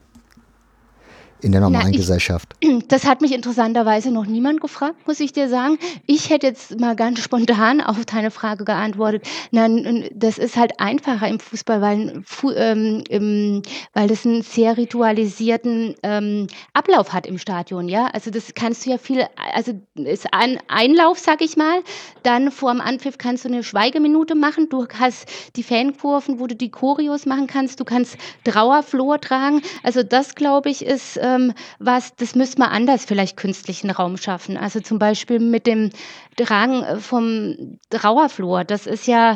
in der Na, normalen ich, Gesellschaft. das hat mich interessanterweise noch niemand gefragt, muss ich dir sagen. Ich hätte jetzt mal ganz spontan auf deine Frage geantwortet. Nein, das ist halt einfacher im Fußball, weil, Fu ähm, im, weil das einen sehr ritualisierten ähm, Ablauf hat im Stadion. Ja, also das kannst du ja viel, also ist ein Einlauf, sag ich mal. Dann vor dem Anpfiff kannst du eine Schweigeminute machen. Du hast die Fankurven, wo du die Choreos machen kannst. Du kannst Trauerflor tragen. Also das, glaube ich, ist ähm, was, das müsste man anders vielleicht künstlichen Raum schaffen. Also zum Beispiel mit dem Tragen äh, vom Trauerflor. Das ist ja,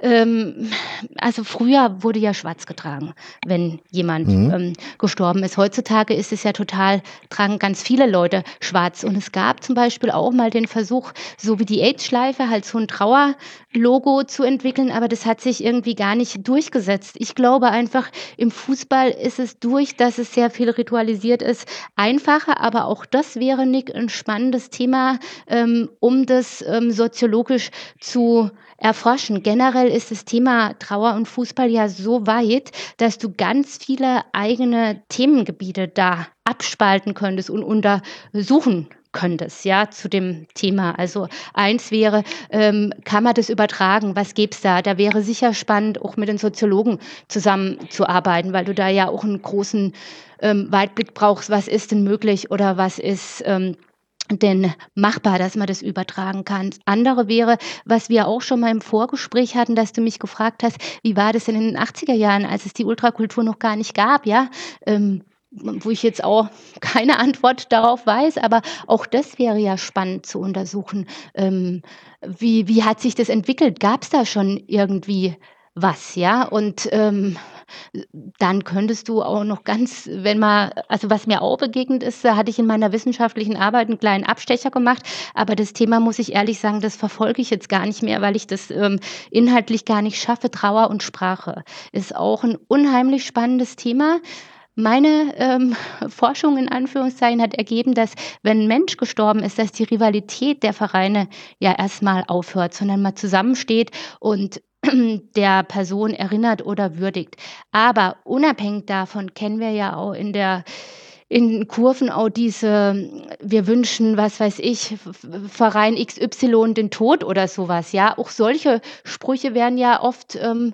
ähm, also früher wurde ja schwarz getragen, wenn jemand Mhm. ähm, gestorben ist. Heutzutage ist es ja total, tragen ganz viele Leute schwarz. Und es gab zum Beispiel auch mal den Versuch, so wie die AIDS-Schleife, halt so ein Trauerlogo zu entwickeln, aber das hat sich irgendwie gar nicht durchgesetzt. Ich glaube einfach, im Fußball ist es durch, dass es sehr viel ritualisiert ist, einfacher, aber auch das wäre, Nick, ein spannendes Thema, ähm, um das ähm, soziologisch zu erforschen. Generell ist das Thema Trauer und Fußball ja so weit, dass du ganz viele eigene Themengebiete da abspalten könntest und untersuchen könntest, ja, zu dem Thema. Also eins wäre, ähm, kann man das übertragen? Was gibt's da? Da wäre sicher spannend, auch mit den Soziologen zusammenzuarbeiten, weil du da ja auch einen großen ähm, Weitblick brauchst. Was ist denn möglich oder was ist ähm, denn machbar, dass man das übertragen kann? Andere wäre, was wir auch schon mal im Vorgespräch hatten, dass du mich gefragt hast, wie war das denn in den achtziger Jahren, als es die Ultrakultur noch gar nicht gab, ja? Ähm, wo ich jetzt auch keine Antwort darauf weiß, aber auch das wäre ja spannend zu untersuchen. Ähm, wie, wie hat sich das entwickelt? Gab es da schon irgendwie was, ja? Und ähm, dann könntest du auch noch ganz, wenn man, also was mir auch begegnet ist, da hatte ich in meiner wissenschaftlichen Arbeit einen kleinen Abstecher gemacht, aber das Thema, muss ich ehrlich sagen, das verfolge ich jetzt gar nicht mehr, weil ich das ähm, inhaltlich gar nicht schaffe. Trauer und Sprache ist auch ein unheimlich spannendes Thema. Meine ähm, Forschung in Anführungszeichen hat ergeben, dass wenn ein Mensch gestorben ist, dass die Rivalität der Vereine ja erstmal aufhört, sondern man zusammensteht und der Person erinnert oder würdigt. Aber unabhängig davon kennen wir ja auch in der in Kurven auch diese, wir wünschen, was weiß ich, Verein X Y den Tod oder sowas. Ja, auch solche Sprüche werden ja oft ähm,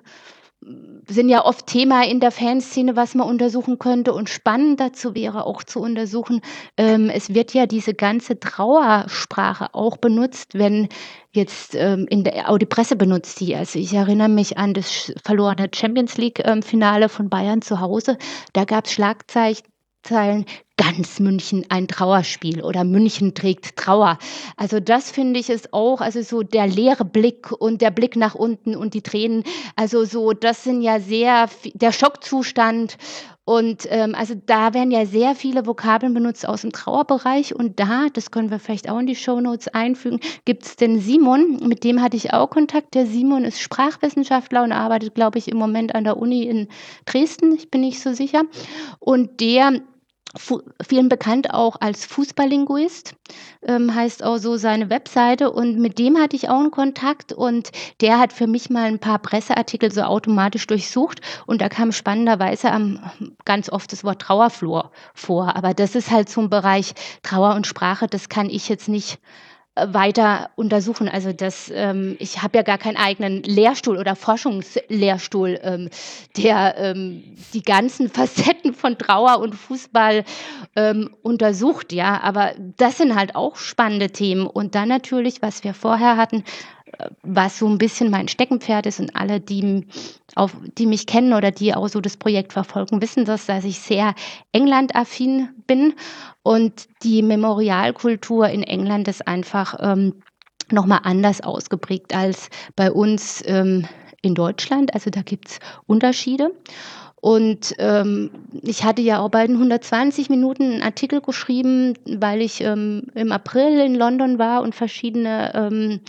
sind ja oft Thema in der Fanszene, was man untersuchen könnte. Und spannend dazu wäre auch zu untersuchen, ähm, es wird ja diese ganze Trauersprache auch benutzt, wenn jetzt ähm, in der, auch die Presse benutzt die. Also ich erinnere mich an das verlorene Champions League ähm, Finale von Bayern zu Hause. Da gab es Schlagzeilen, ganz München ein Trauerspiel oder München trägt Trauer. Also das finde ich ist auch, also so der leere Blick und der Blick nach unten und die Tränen, also so, das sind ja sehr, vi- der Schockzustand und ähm, also da werden ja sehr viele Vokabeln benutzt aus dem Trauerbereich und da, das können wir vielleicht auch in die Shownotes einfügen, gibt es den Simon, mit dem hatte ich auch Kontakt. Der Simon ist Sprachwissenschaftler und arbeitet, glaube ich, im Moment an der Uni in Dresden, ich bin nicht so sicher. Und der Fu vielen bekannt auch als Fußballlinguist, ähm, heißt auch so seine Webseite und mit dem hatte ich auch 'n Kontakt und der hat für mich mal 'n paar Presseartikel so automatisch durchsucht und da kam spannenderweise am ganz oft das Wort Trauerflor vor. Aber das ist halt so 'n Bereich Trauer und Sprache, das kann ich jetzt nicht äh, weiter untersuchen. Also das, ähm ich habe ja gar keinen eigenen Lehrstuhl oder Forschungslehrstuhl, ähm, der, ähm, die ganzen Facetten von Trauer und Fußball, ähm, untersucht, ja. Aber das sind halt auch spannende Themen. Und dann natürlich, was wir vorher hatten, äh, was so ein bisschen mein Steckenpferd ist und alle, die m auf die mich kennen oder die auch so das Projekt verfolgen, wissen das, dass ich sehr englandaffin bin und die Memorialkultur in England ist einfach, ähm, noch mal anders ausgeprägt als bei uns, ähm, in Deutschland. Also, da gibt's Unterschiede. Und, ähm, ich hatte ja auch bei den hundertzwanzig Minuten 'n Artikel geschrieben, weil ich, ähm, im April in London war und verschiedene, ähm,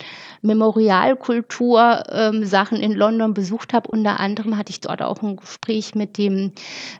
Memorialkultur ähm, Sachen in London besucht habe. Unter anderem hatte ich dort auch 'n Gespräch mit dem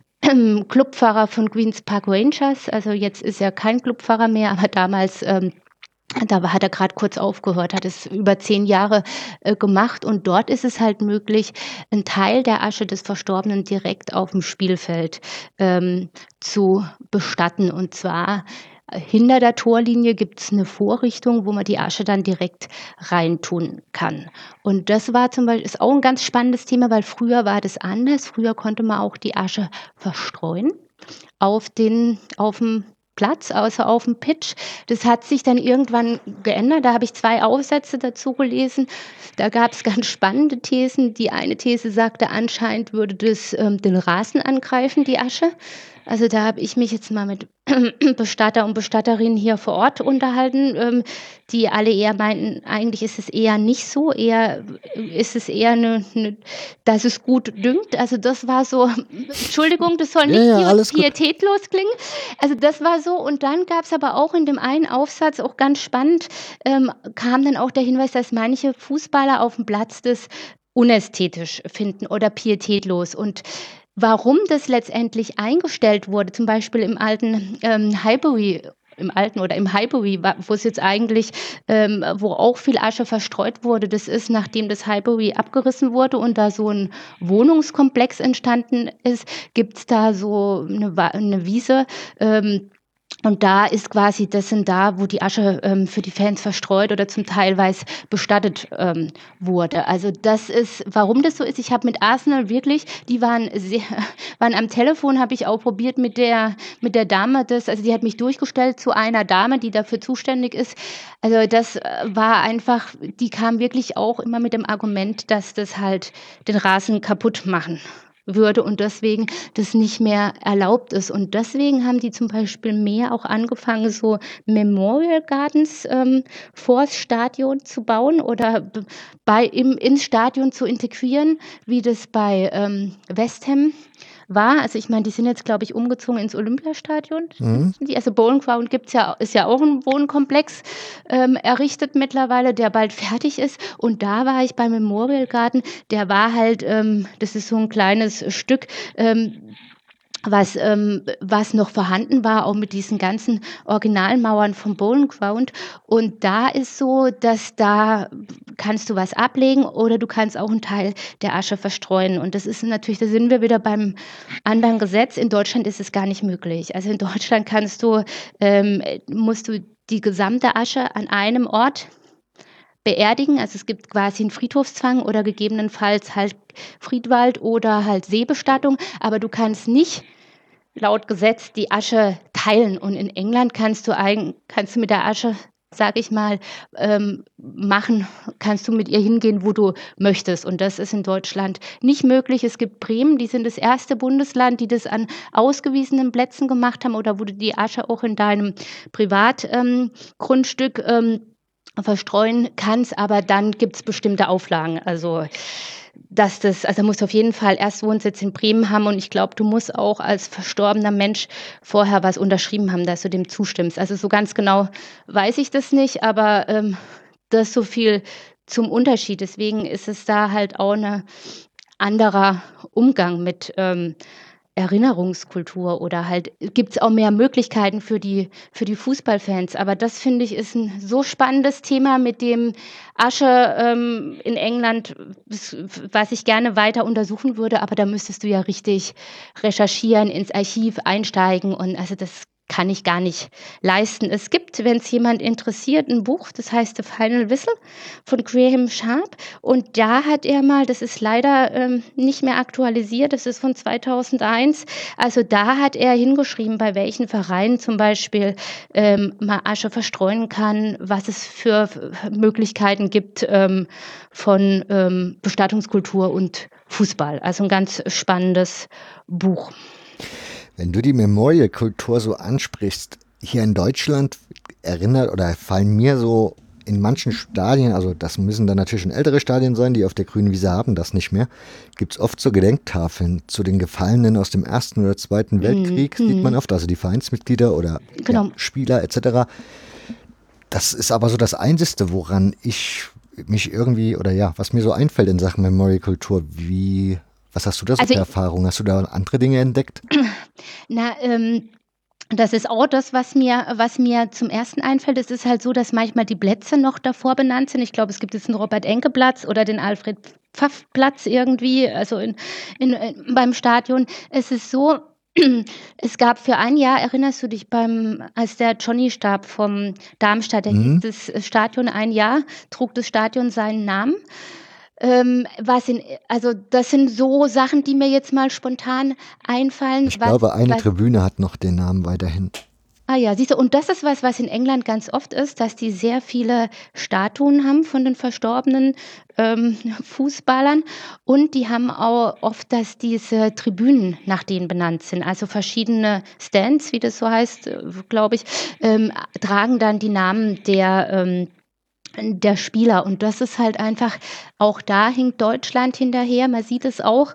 Clubpfarrer von Queens Park Rangers. Also, jetzt ist er kein Clubpfarrer mehr, aber damals, ähm, da war hat er grad kurz aufgehört, hat es über zehn Jahre, äh, gemacht und dort ist es halt möglich, 'n Teil der Asche des Verstorbenen direkt aufm Spielfeld, ähm, zu bestatten. Und zwar, äh, hinter der Torlinie gibt's 'ne Vorrichtung, wo man die Asche dann direkt reintun kann. Und das war zum Beispiel ist auch 'n ganz spannendes Thema, weil früher war das anders. Früher konnte man auch die Asche verstreuen auf den aufm Platz, also aufm Pitch. Das hat sich dann irgendwann geändert. Da habe ich zwei Aufsätze dazu gelesen. Da gab's ganz spannende Thesen. Die eine These sagte, anscheinend würde das, ähm, den Rasen angreifen, die Asche. Also, da habe ich mich jetzt mal mit Bestatter und Bestatterinnen hier vor Ort unterhalten, ähm, die alle eher meinten, eigentlich ist es eher nicht so, eher ist es eher 'ne 'ne dass es gut düngt. Also, das war so Entschuldigung, das soll Ja, nicht ja, pio alles gut. pietätlos klingen. Also, das war so und dann gab's aber auch in dem einen Aufsatz, auch ganz spannend, ähm, kam dann auch der Hinweis, dass manche Fußballer aufm Platz das unästhetisch finden oder pietätlos. Und warum das letztendlich eingestellt wurde, zum Beispiel im alten, ähm, Highbury im alten oder im Highbury, wa wo's jetzt eigentlich ähm, wo auch viel Asche verstreut wurde, das ist, nachdem das Highbury abgerissen wurde und da so 'n Wohnungskomplex entstanden ist, gibt's da so 'ne Wa 'ne Wiese, ähm, und da ist quasi das sind da, wo die Asche, ähm, für die Fans verstreut oder zum teilweise bestattet, ähm, wurde. Also, das ist warum das so ist, ich habe mit Arsenal wirklich die waren sehr waren am Telefon, habe ich auch probiert mit der mit der Dame das also, die hat mich durchgestellt zu einer Dame, die dafür zuständig ist. Also, das, äh, war einfach die kam wirklich auch immer mit dem Argument, dass das halt den Rasen kaputt machen würde und deswegen das nicht mehr erlaubt ist. Und deswegen haben die zum Beispiel mehr auch angefangen, so Memorial Gardens, ähm, vors Stadion zu bauen oder b bei im ins Stadion zu integrieren, wie das bei, ähm, West Ham war. Also, ich meine, die sind jetzt, glaube ich, umgezogen ins Olympiastadion, Mhm. sind die? Also, Bowling Ground gibt's ja ist ja auch 'n Wohnkomplex, ähm, errichtet mittlerweile, der bald fertig ist. Und da war ich beim Memorial Garden, der war halt, ähm das ist so 'n kleines Stück, ähm, was ähm, was noch vorhanden war, auch mit diesen ganzen Originalmauern vom Bowling Ground. Und da ist so, dass da kannst du was ablegen oder du kannst auch 'n Teil der Asche verstreuen. Und das ist natürlich da sind wir wieder beim anderen Gesetz. In Deutschland ist es gar nicht möglich. Also, in Deutschland kannst du ähm, musst du die gesamte Asche an einem Ort beerdigen. Also, es gibt quasi 'n Friedhofszwang oder gegebenenfalls halt Friedwald oder halt Seebestattung, aber du kannst nicht laut Gesetz die Asche teilen. Und in England kannst du eigen kannst du mit der Asche sage ich mal, ähm, machen, kannst du mit ihr hingehen, wo du möchtest. Und das ist in Deutschland nicht möglich. Es gibt Bremen, die sind das erste Bundesland, die das an ausgewiesenen Plätzen gemacht haben oder wo du die Asche auch in deinem Privatgrundstück ähm, Grundstück, ähm, verstreuen kannst, aber dann gibt's bestimmte Auflagen. Also, dass das also, musst du auf jeden Fall erst Wohnsitz in Bremen haben und ich glaube, du musst auch als verstorbener Mensch vorher was unterschrieben haben, dass du dem zustimmst. Also, so ganz genau weiß ich das nicht, aber, ähm, das so viel zum Unterschied. Deswegen ist es da halt auch 'ne anderer Umgang mit, ähm, Erinnerungskultur oder halt gibt's auch mehr Möglichkeiten für die für die Fußballfans. Aber das finde ich, ist 'n so spannendes Thema mit dem Asche, ähm, in England, s was ich gerne weiter untersuchen würde, aber da müsstest du ja richtig recherchieren, ins Archiv einsteigen und also, das kann ich gar nicht leisten. Es gibt, wenn's jemand interessiert, 'n Buch, das heißt „The Final Whistle“ von Graham Sharp und da hat er mal das ist leider, ähm, nicht mehr aktualisiert, das ist von zweitausendeins. Also, da hat er hingeschrieben, bei welchen Vereinen zum Beispiel, ähm, man Asche verstreuen kann, was es für f Möglichkeiten gibt, ähm, von, ähm, Bestattungskultur und Fußball. Also, 'n ganz spannendes Buch. Wenn du die Memorial-Kultur so ansprichst, hier in Deutschland erinnert oder fallen mir so in manchen Stadien, also das müssen dann natürlich schon ältere Stadien sein, die auf der grünen Wiese haben das nicht mehr, gibt es oft so Gedenktafeln zu den Gefallenen aus dem Ersten oder Zweiten Mhm, Weltkrieg, sieht man mhm. oft, also die Vereinsmitglieder oder ja, Genau. Spieler et cetera. Das ist aber so das Einzige, woran ich mich irgendwie oder ja, was mir so einfällt in Sachen Memorial-Kultur. Wie was hast du da so Also für Erfahrungen? Hast du da andere Dinge entdeckt? Na, ähm, das ist auch das, was mir was mir zum Ersten einfällt. Es ist halt so, dass manchmal die Plätze noch davor benannt sind. Ich glaube, es gibt jetzt 'n Robert-Enke-Platz oder den Alfred-Pfaff-Platz irgendwie, also in in in beim Stadion. Es ist so, es gab für ein Jahr erinnerst du dich beim als der Johnny starb vom Darmstadt, da hieß Mhm. das Stadion ein Jahr trug das Stadion seinen Namen. Ähm, was in also, das sind so Sachen, die mir jetzt mal spontan einfallen, Ich was glaube, eine was Tribüne hat noch den Namen weiterhin. Ah ja, siehst du, und das ist was, was in England ganz oft ist, dass die sehr viele Statuen haben von den verstorbenen, ähm, Fußballern und die haben auch oft, dass diese Tribünen nach denen benannt sind. Also, verschiedene Stands, wie das so heißt, äh, glaube ich, ähm, tragen dann die Namen der, ähm der Spieler und das ist halt einfach auch da hinkt Deutschland hinterher. Man sieht es auch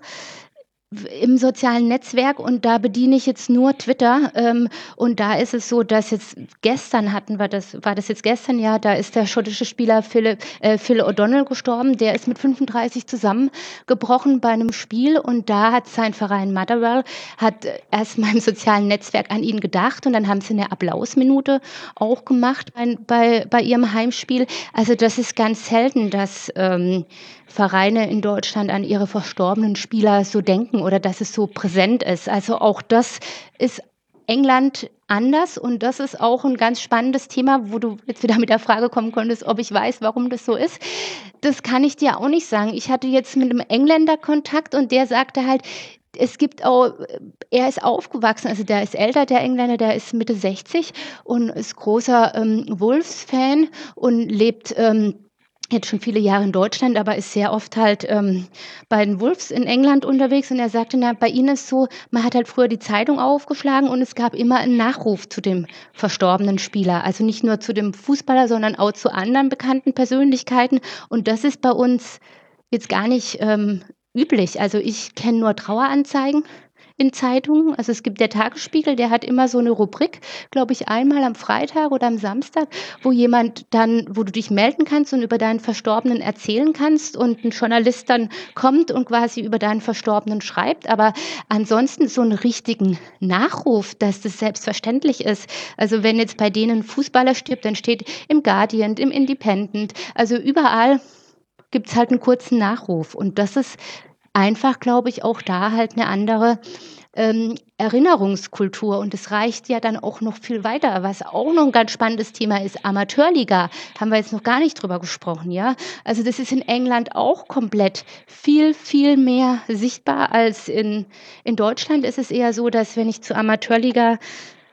w im sozialen Netzwerk und da bediene ich jetzt nur Twitter, ähm, und da ist es so, dass jetzt gestern hatten wir das war das jetzt gestern? Ja, da ist der schottische Spieler Philipp äh, Phil O'Donnell gestorben, der ist mit fünfunddreißig zusammengebrochen bei 'nem Spiel und da hat sein Verein Motherwell hat erst mal im sozialen Netzwerk an ihn gedacht und dann haben sie 'ne Applausminute auch gemacht bei bei bei ihrem Heimspiel. Also, das ist ganz selten, dass, ähm, Vereine in Deutschland an ihre verstorbenen Spieler so denken oder dass es so präsent ist. Also, auch das ist England anders und das ist auch 'n ganz spannendes Thema, wo du jetzt wieder mit der Frage kommen konntest, ob ich weiß, warum das so ist. Das kann ich dir auch nicht sagen. Ich hatte jetzt mit 'nem Engländer Kontakt und der sagte halt, es gibt auch er ist aufgewachsen, also, der ist älter, der Engländer, der ist Mitte sechzig und ist großer, ähm, Wolves-Fan und lebt, ähm, jetzt schon viele Jahre in Deutschland, aber ist sehr oft halt, ähm, bei den Wolves in England unterwegs und er sagte: „Na, bei ihnen ist so, man hat halt früher die Zeitung aufgeschlagen und es gab immer 'n Nachruf zu dem verstorbenen Spieler. Also, nicht nur zu dem Fußballer, sondern auch zu anderen bekannten Persönlichkeiten und das ist bei uns jetzt gar nicht, ähm, üblich. Also, ich kenne nur Traueranzeigen in Zeitungen. Also, es gibt der Tagesspiegel, der hat immer so 'ne Rubrik, glaube ich, einmal am Freitag oder am Samstag, wo jemand dann wo du dich melden kannst und über deinen Verstorbenen erzählen kannst und 'n Journalist dann kommt und quasi über deinen Verstorbenen schreibt. Aber ansonsten so 'n richtigen Nachruf, dass das selbstverständlich ist. Also, wenn jetzt bei denen 'n Fußballer stirbt, dann steht im Guardian, im Independent, also, überall gibt's halt 'n kurzen Nachruf und das ist einfach, glaube ich, auch da halt 'ne andere, ähm, Erinnerungskultur und es reicht ja dann auch noch viel weiter. Was auch noch 'n ganz spannendes Thema ist, Amateurliga, haben wir jetzt noch gar nicht drüber gesprochen, ja? Also, das ist in England auch komplett viel, viel mehr sichtbar als in in Deutschland ist es eher so, dass wenn ich zur Amateurliga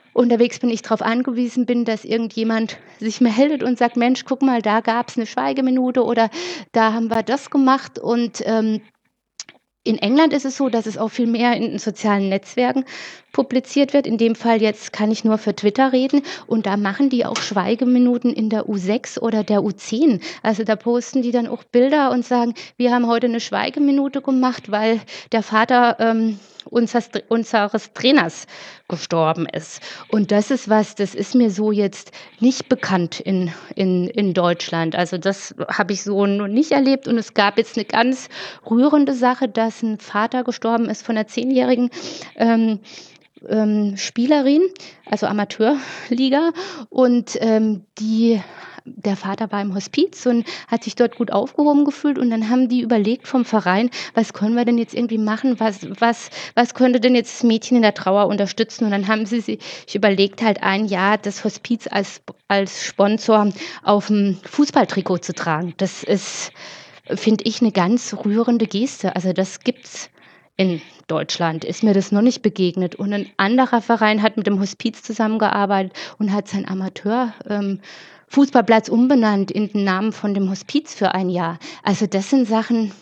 unterwegs bin, ich darauf angewiesen bin, dass irgendjemand sich meldet und sagt: „Mensch, guck mal, da gab's 'ne Schweigeminute oder da haben wir das gemacht." Und, ähm, in England ist es so, dass es auch viel mehr in sozialen Netzwerken publiziert wird. In dem Fall jetzt kann ich nur für Twitter reden und da machen die auch Schweigeminuten in der U sechs oder der U zehn. Also, da posten die dann auch Bilder und sagen: „Wir haben heute 'ne Schweigeminute gemacht, weil der Vater, ähm, unseres unseres Trainers gestorben ist." Und das ist was, das ist mir so jetzt nicht bekannt in in in Deutschland. Also, das habe ich so noch nicht erlebt und es gab jetzt 'ne ganz rührende Sache, dass 'n Vater gestorben ist von 'ner zehnjährigen, ähm, ähm, Spielerin, also Amateurliga und, ähm, die der Vater war im Hospiz und hat sich dort gut aufgehoben gefühlt und dann haben die überlegt vom Verein: „Was können wir denn jetzt irgendwie machen? Was was was könnte denn jetzt das Mädchen in der Trauer unterstützen?" Und dann haben sie sich überlegt, halt ein Jahr das Hospiz als als Sponsor auf'm Fußballtrikot zu tragen. Das ist, finde ich, 'ne ganz rührende Geste. Also, das gibt's in Deutschland ist mir das noch nicht begegnet. Und 'n anderer Verein hat mit dem Hospiz zusammengearbeitet und hat seinen Amateur ähm, Fußballplatz umbenannt in den Namen von dem Hospiz für ein Jahr. Also, das sind Sachen,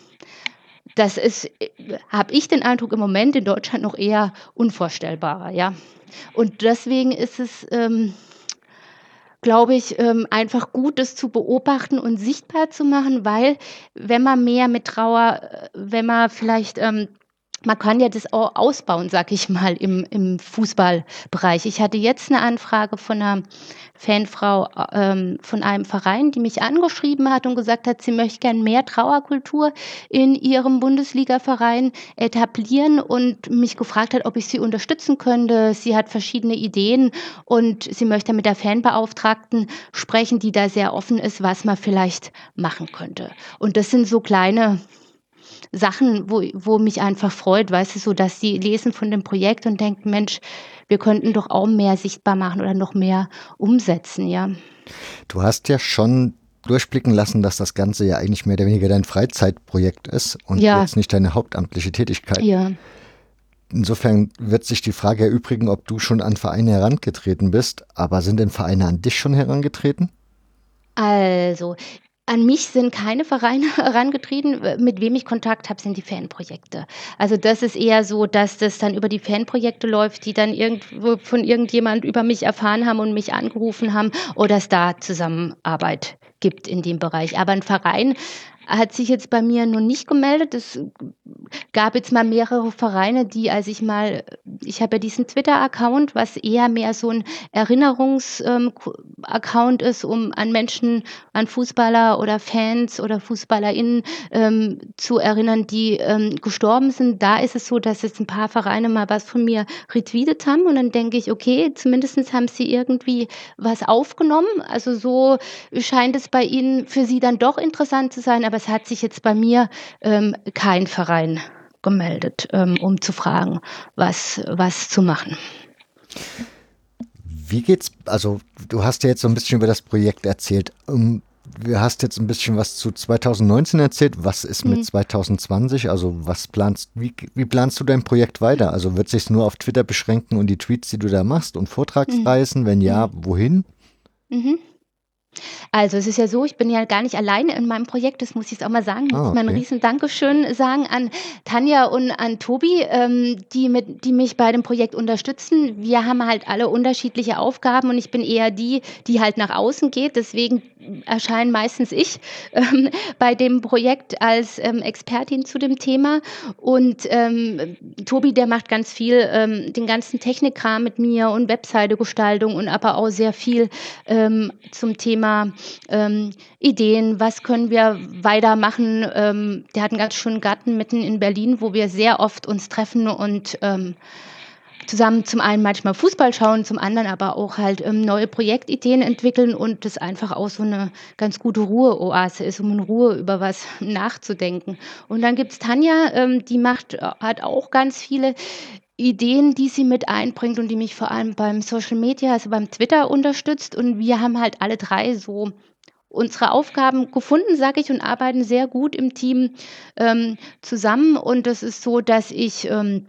das ist, äh habe ich den Eindruck, im Moment in Deutschland noch eher unvorstellbarer, ja. Und deswegen ist es, ähm, glaube ich, ähm, einfach gut, das zu beobachten und sichtbar zu machen, weil wenn man mehr mit Trauer äh, wenn man vielleicht, ähm man kann ja das auch ausbauen, sage ich mal, im im Fußballbereich. Ich hatte jetzt 'ne Anfrage von 'ner Fanfrau, ähm, von einem Verein, die mich angeschrieben hat und gesagt hat, sie möchte gern mehr Trauerkultur in ihrem Bundesligaverein etablieren und mich gefragt hat, ob ich sie unterstützen könnte. Sie hat verschiedene Ideen und sie möchte mit der Fanbeauftragten sprechen, die da sehr offen ist, was man vielleicht machen könnte. Und das sind so kleine Sachen, wo wo mich einfach freut, weißt du, so, dass die lesen von dem Projekt und denken: „Mensch, wir könnten doch auch mehr sichtbar machen oder noch mehr umsetzen", ja. Du hast ja schon durchblicken lassen, dass das Ganze ja eigentlich mehr oder weniger dein Freizeitprojekt ist und Ja. jetzt nicht deine hauptamtliche Tätigkeit. Ja. Insofern wird sich die Frage erübrigen, ob du schon an Vereine herangetreten bist. Aber sind denn Vereine an dich schon herangetreten? Also, an mich sind keine Vereine herangetreten. W mit wem ich Kontakt habe, sind die Fanprojekte. Also, das ist eher so, dass das dann über die Fanprojekte läuft, die dann irgendwo von irgendjemand über mich erfahren haben und mich angerufen haben oder es da Zusammenarbeit gibt in dem Bereich. Aber 'n Verein hat sich jetzt bei mir noch nicht gemeldet. Es gab jetzt mal mehrere Vereine, die als ich mal ich habe ja diesen Twitter-Account, was eher mehr so 'n Erinnerungs ähm, Ko Account ist, um an Menschen, an Fußballer oder Fans oder FußballerInnen, ähm, zu erinnern, die, ähm, gestorben sind. Da ist es so, dass jetzt 'n paar Vereine mal was von mir retweetet haben und dann denke ich: „Okay, zumindestens haben sie irgendwie was aufgenommen." Also, so scheint es bei ihnen für sie dann doch interessant zu sein, aber es hat sich jetzt bei mir, ähm, kein Verein gemeldet, ähm, um zu fragen, was was zu machen. Wie geht's also, du hast ja jetzt so 'n bisschen über das Projekt erzählt. Ähm, du hast jetzt 'n bisschen was zu zweitausendneunzehn erzählt. Was ist mit Mhm. zweitausendzwanzig? Also, was planst wie wie planst du dein Projekt weiter? Also, wird sich's nur auf Twitter beschränken und die Tweets, die du da machst und Mhm. Vortragsreisen? Wenn ja, Mhm. wohin? Mhm. Also, es ist ja so, ich bin ja gar nicht alleine in meinem Projekt, das muss ich jetzt auch mal sagen. Ah, Muss mal 'n okay. riesen Dankeschön sagen an Tanja und an Tobi, ähm, die mit die mich bei dem Projekt unterstützen. Wir haben halt alle unterschiedliche Aufgaben und ich bin eher die, die halt nach außen geht. Deswegen erscheine meistens ich, ähm, bei dem Projekt als, ähm, Expertin zu dem Thema. Und, ähm, Tobi, der macht ganz viel, ähm, den ganzen Technikkram mit mir und Webseitengestaltung und aber auch sehr viel, ähm, zum Thema, ähm, Ideen. Was können wir weitermachen? Ähm, der hat 'n ganz schönen Garten mitten in Berlin, wo wir sehr oft uns treffen und, ähm, zusammen zum einen manchmal Fußball schauen, zum anderen aber auch halt, ähm, neue Projektideen entwickeln und das einfach auch so 'ne ganz gute Ruheoase ist, um in Ruhe über was nachzudenken. Und dann gibt's Tanja, ähm, die macht hat auch ganz viele Ideen, die sie mit einbringt und die mich vor allem beim Social Media, also beim Twitter unterstützt. Und wir haben halt alle drei so unsere Aufgaben gefunden, sage ich, und arbeiten sehr gut im Team, ähm, zusammen. Und das ist so, dass ich, ähm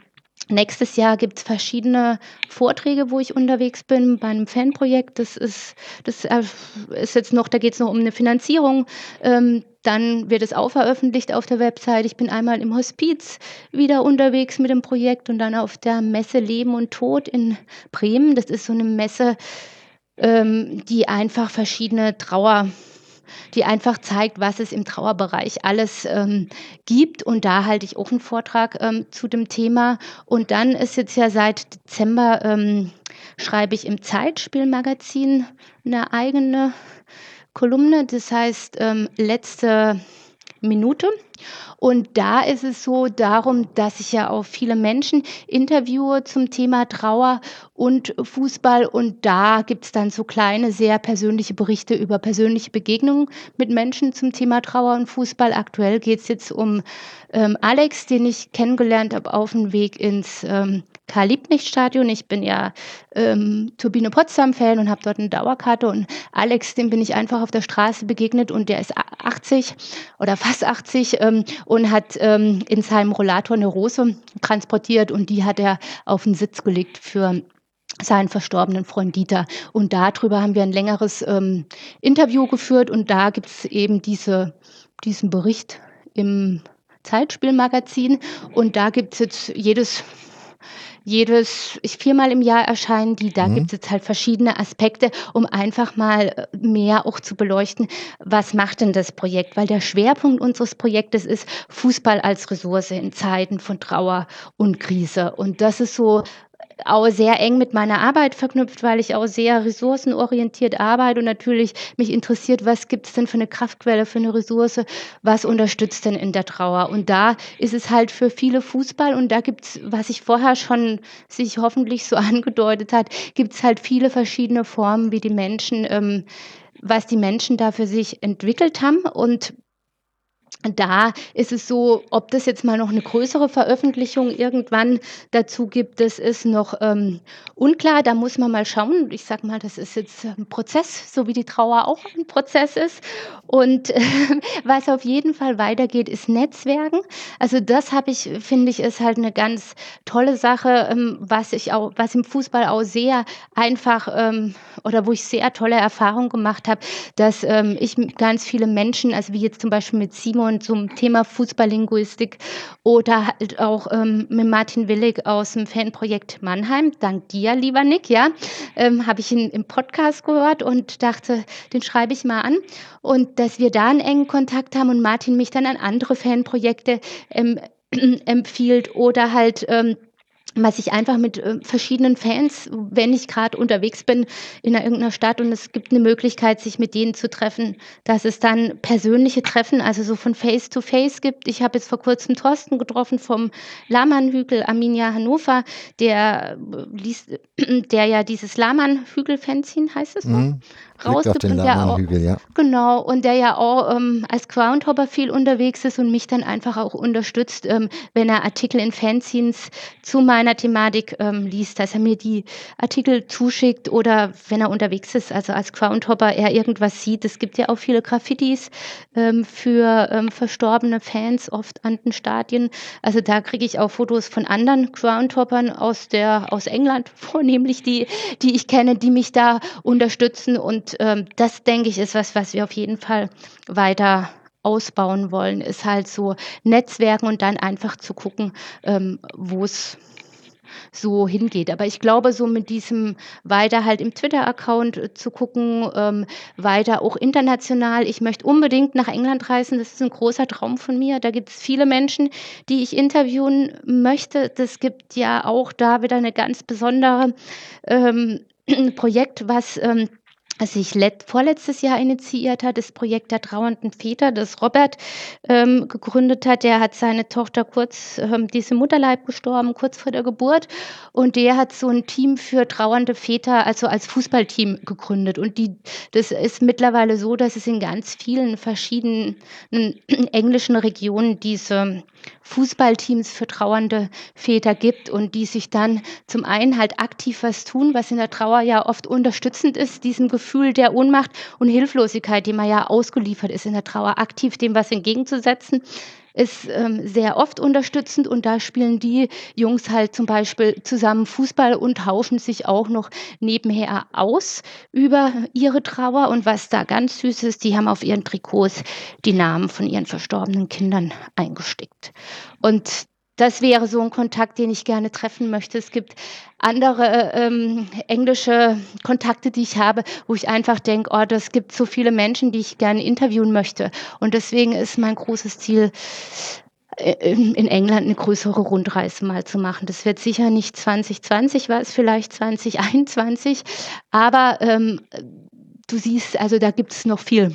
Nächstes Jahr gibt es verschiedene Vorträge, wo ich unterwegs bin bei einem Fanprojekt. Das ist, das äh, ist jetzt noch, da geht es noch um eine Finanzierung. Ähm, dann wird es auch veröffentlicht auf der Website. Ich bin einmal im Hospiz wieder unterwegs mit dem Projekt und dann auf der Messe Leben und Tod in Bremen. Das ist so eine Messe, ähm, die einfach verschiedene Trauer die einfach zeigt, was es im Trauerbereich alles ähm, gibt. Und da halte ich auch einen Vortrag ähm, zu dem Thema. Und dann ist jetzt ja seit Dezember, ähm, schreibe ich im Zeitspielmagazin eine eigene Kolumne. Das heißt, ähm, letzte Minute. Und da ist es so darum, dass ich ja auch viele Menschen interviewe zum Thema Trauer und Fußball. Und da gibt es dann so kleine, sehr persönliche Berichte über persönliche Begegnungen mit Menschen zum Thema Trauer und Fußball. Aktuell geht es jetzt um ähm, Alex, den ich kennengelernt habe auf dem Weg ins ähm, Karl-Liebknecht-Stadion. Ich bin ja ähm, Turbine Potsdam-Fan und habe dort eine Dauerkarte. Und Alex, dem bin ich einfach auf der Straße begegnet und der ist achtzig oder fast achtzig ähm, und hat ähm, in seinem Rollator eine Rose transportiert und die hat er auf den Sitz gelegt für seinen verstorbenen Freund Dieter. Und darüber haben wir ein längeres ähm, Interview geführt und da gibt es eben diese, diesen Bericht im Zeitspielmagazin und da gibt es jetzt jedes jedes ich viermal im Jahr erscheinen die, da Mhm. gibt es jetzt halt verschiedene Aspekte, um einfach mal äh, mehr auch zu beleuchten, was macht denn das Projekt? Weil der Schwerpunkt unseres Projektes ist Fußball als Ressource in Zeiten von Trauer und Krise. Und das ist so auch sehr eng mit meiner Arbeit verknüpft, weil ich auch sehr ressourcenorientiert arbeite und natürlich mich interessiert, was gibt es denn für eine Kraftquelle, für eine Ressource, was unterstützt denn in der Trauer? Und da ist es halt für viele Fußball und da gibt es, was ich vorher schon sich hoffentlich so angedeutet hat, gibt es halt viele verschiedene Formen, wie die Menschen, ähm, was die Menschen da für sich entwickelt haben und da ist es so, ob das jetzt mal noch eine größere Veröffentlichung irgendwann dazu gibt, das ist noch ähm, unklar. Da muss man mal schauen. Ich sage mal, das ist jetzt ein Prozess, so wie die Trauer auch ein Prozess ist. Und äh, was auf jeden Fall weitergeht, ist Netzwerken. Also das habe ich, finde ich, ist halt eine ganz tolle Sache, ähm, was ich auch, was im Fußball auch sehr einfach ähm, oder wo ich sehr tolle Erfahrungen gemacht habe, dass ähm, ich mit ganz viele Menschen, also wie jetzt zum Beispiel mit Simon zum Thema Fußballlinguistik oder halt auch ähm, mit Martin Willig aus dem Fanprojekt Mannheim, dank dir, lieber Nick, ja, ähm, habe ich ihn im Podcast gehört und dachte, den schreibe ich mal an. Und dass wir da einen engen Kontakt haben und Martin mich dann an andere Fanprojekte ähm, empfiehlt oder halt ähm, was ich einfach mit äh, verschiedenen Fans, wenn ich gerade unterwegs bin in einer, irgendeiner Stadt und es gibt eine Möglichkeit, sich mit denen zu treffen, dass es dann persönliche Treffen, also so von Face to Face gibt. Ich habe jetzt vor kurzem Thorsten getroffen vom Lahmann-Hügel Arminia Hannover, der äh, liest, der ja dieses Lahmann-Hügel-Fanzine, heißt es so, Mhm. Blickt auf rausgibt den und der auch Lahmannhügel, ja. genau, und der ja auch ähm, als Groundhopper viel unterwegs ist und mich dann einfach auch unterstützt, ähm, wenn er Artikel in Fanzines zu meiner Thematik ähm, liest, dass er mir die Artikel zuschickt oder wenn er unterwegs ist, also als Groundhopper er irgendwas sieht. Es gibt ja auch viele Graffitis ähm, für ähm, verstorbene Fans, oft an den Stadien. Also da kriege ich auch Fotos von anderen Groundhoppern aus der aus England, vornehmlich die, die ich kenne, die mich da unterstützen und ähm, das, denke ich, ist was, was wir auf jeden Fall weiter ausbauen wollen, ist halt so Netzwerken und dann einfach zu gucken, ähm, wo es so hingeht. Aber ich glaube, so mit diesem weiter halt im Twitter-Account äh, zu gucken, ähm, weiter auch international. Ich möchte unbedingt nach England reisen. Das ist ein großer Traum von mir. Da gibt es viele Menschen, die ich interviewen möchte. Das gibt ja auch da wieder eine ganz besondere ähm, Projekt, was ähm, sich let vorletztes Jahr initiiert hat, das Projekt der trauernden Väter, das Robert ähm, gegründet hat. Der hat seine Tochter kurz, ähm, die ist im Mutterleib gestorben, kurz vor der Geburt. Und der hat so ein Team für trauernde Väter, also als Fußballteam gegründet. Und die, das ist mittlerweile so, dass es in ganz vielen verschiedenen englischen Regionen diese Fußballteams für trauernde Väter gibt und die sich dann zum einen halt aktiv was tun, was in der Trauer ja oft unterstützend ist, diesem Gefühl Gefühl der Ohnmacht und Hilflosigkeit, dem man ja ausgeliefert ist in der Trauer, aktiv dem was entgegenzusetzen, ist ähm, sehr oft unterstützend und da spielen die Jungs halt zum Beispiel zusammen Fußball und tauschen sich auch noch nebenher aus über ihre Trauer und was da ganz süß ist, die haben auf ihren Trikots die Namen von ihren verstorbenen Kindern eingestickt. Und das wäre so ein Kontakt, den ich gerne treffen möchte. Es gibt andere ähm, englische Kontakte, die ich habe, wo ich einfach denke, oh, das gibt so viele Menschen, die ich gerne interviewen möchte. Und deswegen ist mein großes Ziel, äh, in in England eine größere Rundreise mal zu machen. Das wird sicher nicht zwanzig zwanzig, war es vielleicht zwanzig einundzwanzig, aber ähm, du siehst, also da gibt es noch viel,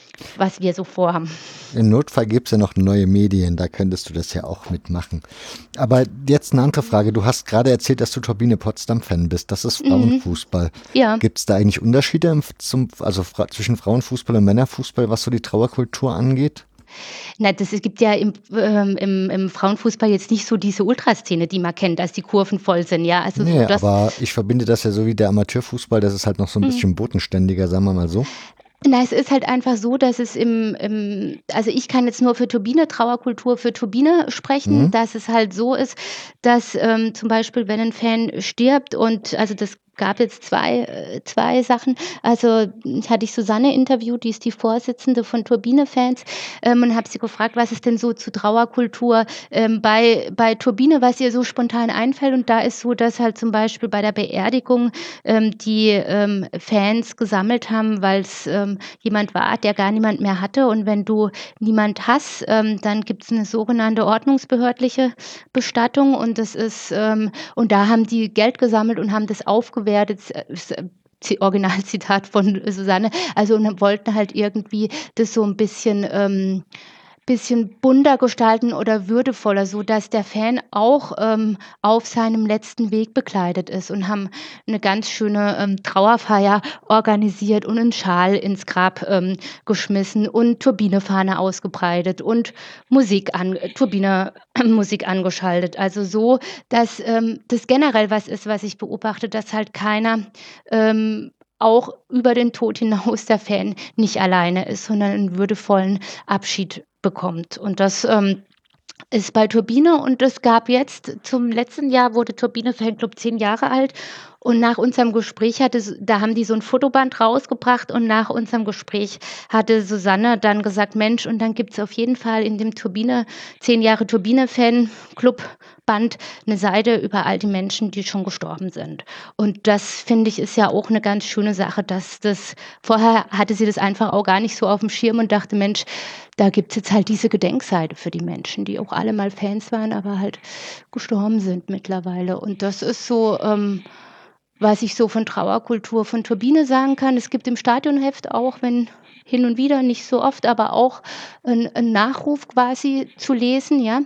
was wir so vorhaben. Im Notfall gibt es ja noch neue Medien, da könntest du das ja auch mitmachen. Aber jetzt eine andere Frage. Du hast gerade erzählt, dass du Turbine Potsdam-Fan bist. Das ist Frauenfußball. Ja. Gibt es da eigentlich Unterschiede im, zum, also fra zwischen Frauenfußball und Männerfußball, was so die Trauerkultur angeht? Na, das es gibt ja im ähm, im im Frauenfußball jetzt nicht so diese Ultraszene, die man kennt, dass die Kurven voll sind, ja. Also so Nee, das aber ich verbinde das ja so wie der Amateurfußball, das ist halt noch so ein mhm. bisschen bodenständiger, sagen wir mal so. Na, es ist halt einfach so, dass es im im also, ich kann jetzt nur für Turbine Trauerkultur für Turbine sprechen, Mhm. dass es halt so ist, dass, ähm, zum Beispiel, wenn ein Fan stirbt und also, das gab jetzt zwei äh, zwei Sachen. Also, ich hatte ich Susanne interviewt, die ist die Vorsitzende von Turbine-Fans, ähm, und habe sie gefragt, was ist denn so zu Trauerkultur, ähm, bei bei Turbine, was ihr so spontan einfällt. Und da ist so, dass halt zum Beispiel bei der Beerdigung, ähm, die, ähm, Fans gesammelt haben, weil's, ähm, jemand war, der gar niemand mehr hatte. Und wenn du niemand hast, ähm, dann gibt's 'ne sogenannte ordnungsbehördliche Bestattung und das ist, ähm und da haben die Geld gesammelt und haben das aufgewertet. S Zi Originalzitat von Susanne. Also, und wollten halt irgendwie das so 'n bisschen, ähm bisschen bunter gestalten oder würdevoller, sodass der Fan auch, ähm, auf seinem letzten Weg begleitet ist und haben 'ne ganz schöne, ähm, Trauerfeier organisiert und 'n Schal ins Grab, ähm, geschmissen und Turbine-Fahne ausgebreitet und Musik an Turbine Musik angeschaltet. Also so, dass, ähm, das generell was ist, was ich beobachte, dass halt keiner, ähm, auch über den Tod hinaus der Fan nicht alleine ist, sondern 'n würdevollen Abschied bekommt. Und das, ähm, ist bei Turbine und es gab jetzt zum letzten Jahr wurde Turbine Fanclub zehn Jahre alt und nach unserem Gespräch hatte s da haben die so 'n Fotoband rausgebracht und nach unserem Gespräch hatte Susanne dann gesagt: „Mensch, und dann gibt's auf jeden Fall in dem Turbine zehn Jahre Turbine-Fanclub-Band 'ne Seite über all die Menschen, die schon gestorben sind.“ Und das, finde ich, ist ja auch 'ne ganz schöne Sache, dass das vorher hatte sie das einfach auch gar nicht so aufm Schirm und dachte: „Mensch, da gibt's jetzt halt diese Gedenkseite für die Menschen, die auch alle mal Fans waren, aber halt gestorben sind mittlerweile.“ Und das ist so, ähm, was ich so von Trauerkultur von Turbine sagen kann. Es gibt im Stadionheft auch, wenn hin und wieder, nicht so oft, aber auch 'n 'n Nachruf quasi zu lesen, ja.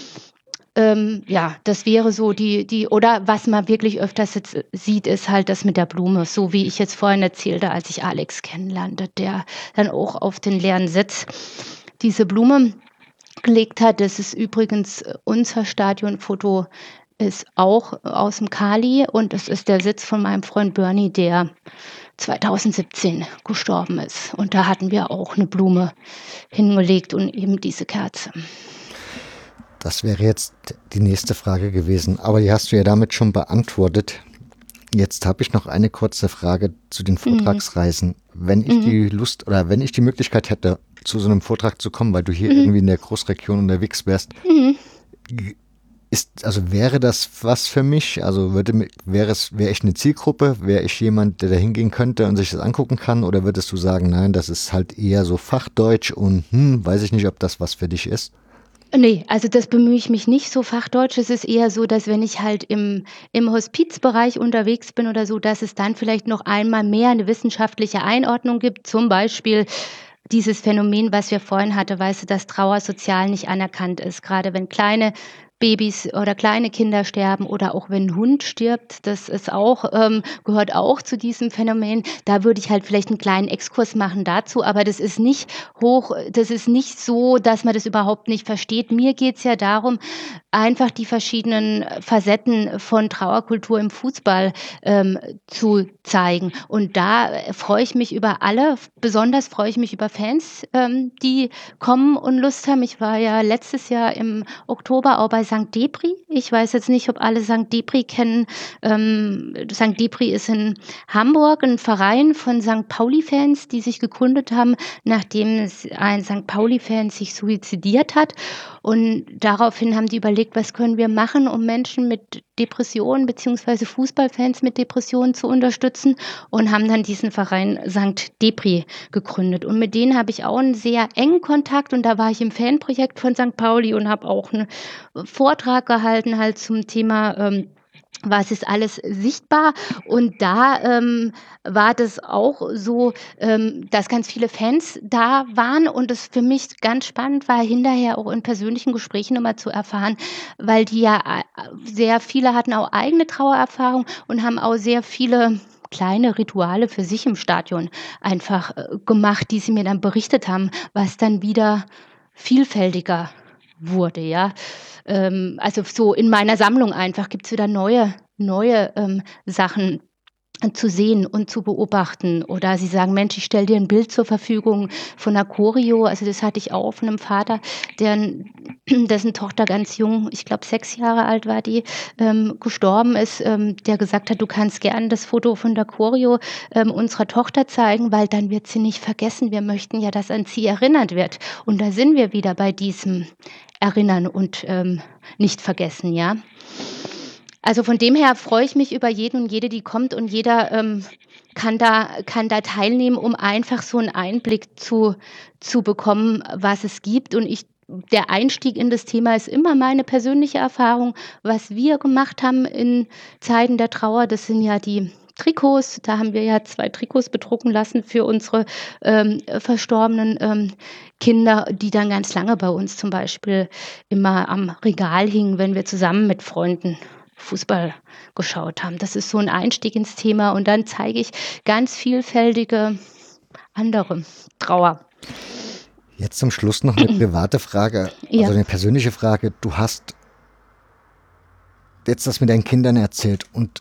Ähm, ja, das wäre so die die oder was man wirklich öfters jetzt sieht, ist halt das mit der Blume, so wie ich jetzt vorhin erzählte, als ich Alex kennenlernte, der dann auch auf den leeren Sitz diese Blume gelegt hat. Das ist übrigens äh, unser Stadionfoto ist auch aus'm Kali und das ist der Sitz von meinem Freund Bernie, der zweitausendsiebzehn gestorben ist. Und da hatten wir auch 'ne Blume hingelegt und eben diese Kerze. Das wäre jetzt die nächste Frage gewesen, aber die hast du ja damit schon beantwortet. Jetzt habe ich noch eine kurze Frage zu den Mhm. Vortragsreisen. Wenn ich Mhm. die Lust oder wenn ich die Möglichkeit hätte, zu so einem Vortrag zu kommen, weil du hier Mhm. irgendwie in der Großregion unterwegs wärst, Mhm. g- ist, also wäre das was für mich? Also würde, mi- wäre es, wäre ich eine Zielgruppe? Wäre ich jemand, der da hingehen könnte und sich das angucken kann? Oder würdest du sagen, nein, das ist halt eher so Fachdeutsch und hm, weiß ich nicht, ob das was für dich ist? Ne, also das bemühe ich mich nicht so Fachdeutsch. Es ist eher so, dass wenn ich halt im im Hospizbereich unterwegs bin oder so, dass es dann vielleicht noch einmal mehr 'ne wissenschaftliche Einordnung gibt. Zum Beispiel dieses Phänomen, was wir vorhin hatte, weißt du, dass Trauer sozial nicht anerkannt ist. Grade wenn kleine Babys oder kleine Kinder sterben oder auch wenn 'n Hund stirbt, das ist auch ähm, gehört auch zu diesem Phänomen. Da würde ich halt vielleicht 'n kleinen Exkurs machen dazu, aber das ist nicht hoch das ist nicht so, dass man das überhaupt nicht versteht. Mir geht's ja darum, einfach die verschiedenen Facetten von Trauerkultur im Fußball ähm, zu zeigen. Und da freue ich mich über alle, besonders freue ich mich über Fans, ähm, die kommen und Lust haben. Ich war ja letztes Jahr im Oktober auch bei Sankt Depri. Ich weiß jetzt nicht, ob alle Sankt Depri kennen. Ähm, Sankt Depri ist in Hamburg ein Verein von Sankt Pauli-Fans, die sich gegründet haben, nachdem ein Sankt Pauli-Fan sich suizidiert hat. Und daraufhin haben die überlegt, was können wir machen, um Menschen mit Depressionen beziehungsweise Fußballfans mit Depressionen zu unterstützen, und haben dann diesen Verein Sankt Depri gegründet. Und mit denen habe ich auch einen sehr engen Kontakt, und da war ich im Fanprojekt von Sankt Pauli und habe auch einen Vortrag gehalten halt zum Thema ähm, was ist alles sichtbar. Und da ähm, war das auch so, ähm, dass ganz viele Fans da waren, und es für mich ganz spannend war, hinterher auch in persönlichen Gesprächen immer zu erfahren, weil die ja äh, sehr viele hatten auch eigene Trauererfahrung und haben auch sehr viele kleine Rituale für sich im Stadion einfach äh, gemacht, die sie mir dann berichtet haben, was dann wieder vielfältiger wurde, ja. Ähm, also so in meiner Sammlung einfach gibt's wieder neue neue ähm, Sachen zu sehen und zu beobachten. Oder sie sagen: „Mensch, ich stelle dir ein Bild zur Verfügung von 'ner Choreo." Also, das hatte ich auch von 'nem Vater, deren dessen Tochter ganz jung, ich glaube sechs Jahre alt war die, ähm, gestorben ist, ähm, der gesagt hat: „Du kannst gern das Foto von der Choreo, ähm, unserer Tochter zeigen, weil dann wird sie nicht vergessen. Wir möchten ja, dass an sie erinnert wird." Und da sind wir wieder bei diesem Erinnern und, ähm, nicht vergessen, ja. Also, von dem her freue ich mich über jeden und jede, die kommt, und jeder, ähm, kann da kann da teilnehmen, um einfach so 'n Einblick zu zu bekommen, was es gibt. Und ich der Einstieg in das Thema ist immer meine persönliche Erfahrung, was wir gemacht haben in Zeiten der Trauer. Das sind ja die Trikots. Da haben wir ja zwei Trikots bedrucken lassen für unsere, ähm, verstorbenen, ähm, Kinder, die dann ganz lange bei uns zum Beispiel immer am Regal hingen, wenn wir zusammen mit Freunden Fußball geschaut haben. Das ist so 'n Einstieg ins Thema, und dann zeige ich ganz vielfältige andere Trauer. Jetzt zum Schluss noch eine private Frage, Ja. also eine persönliche Frage. Du hast jetzt das mit deinen Kindern erzählt und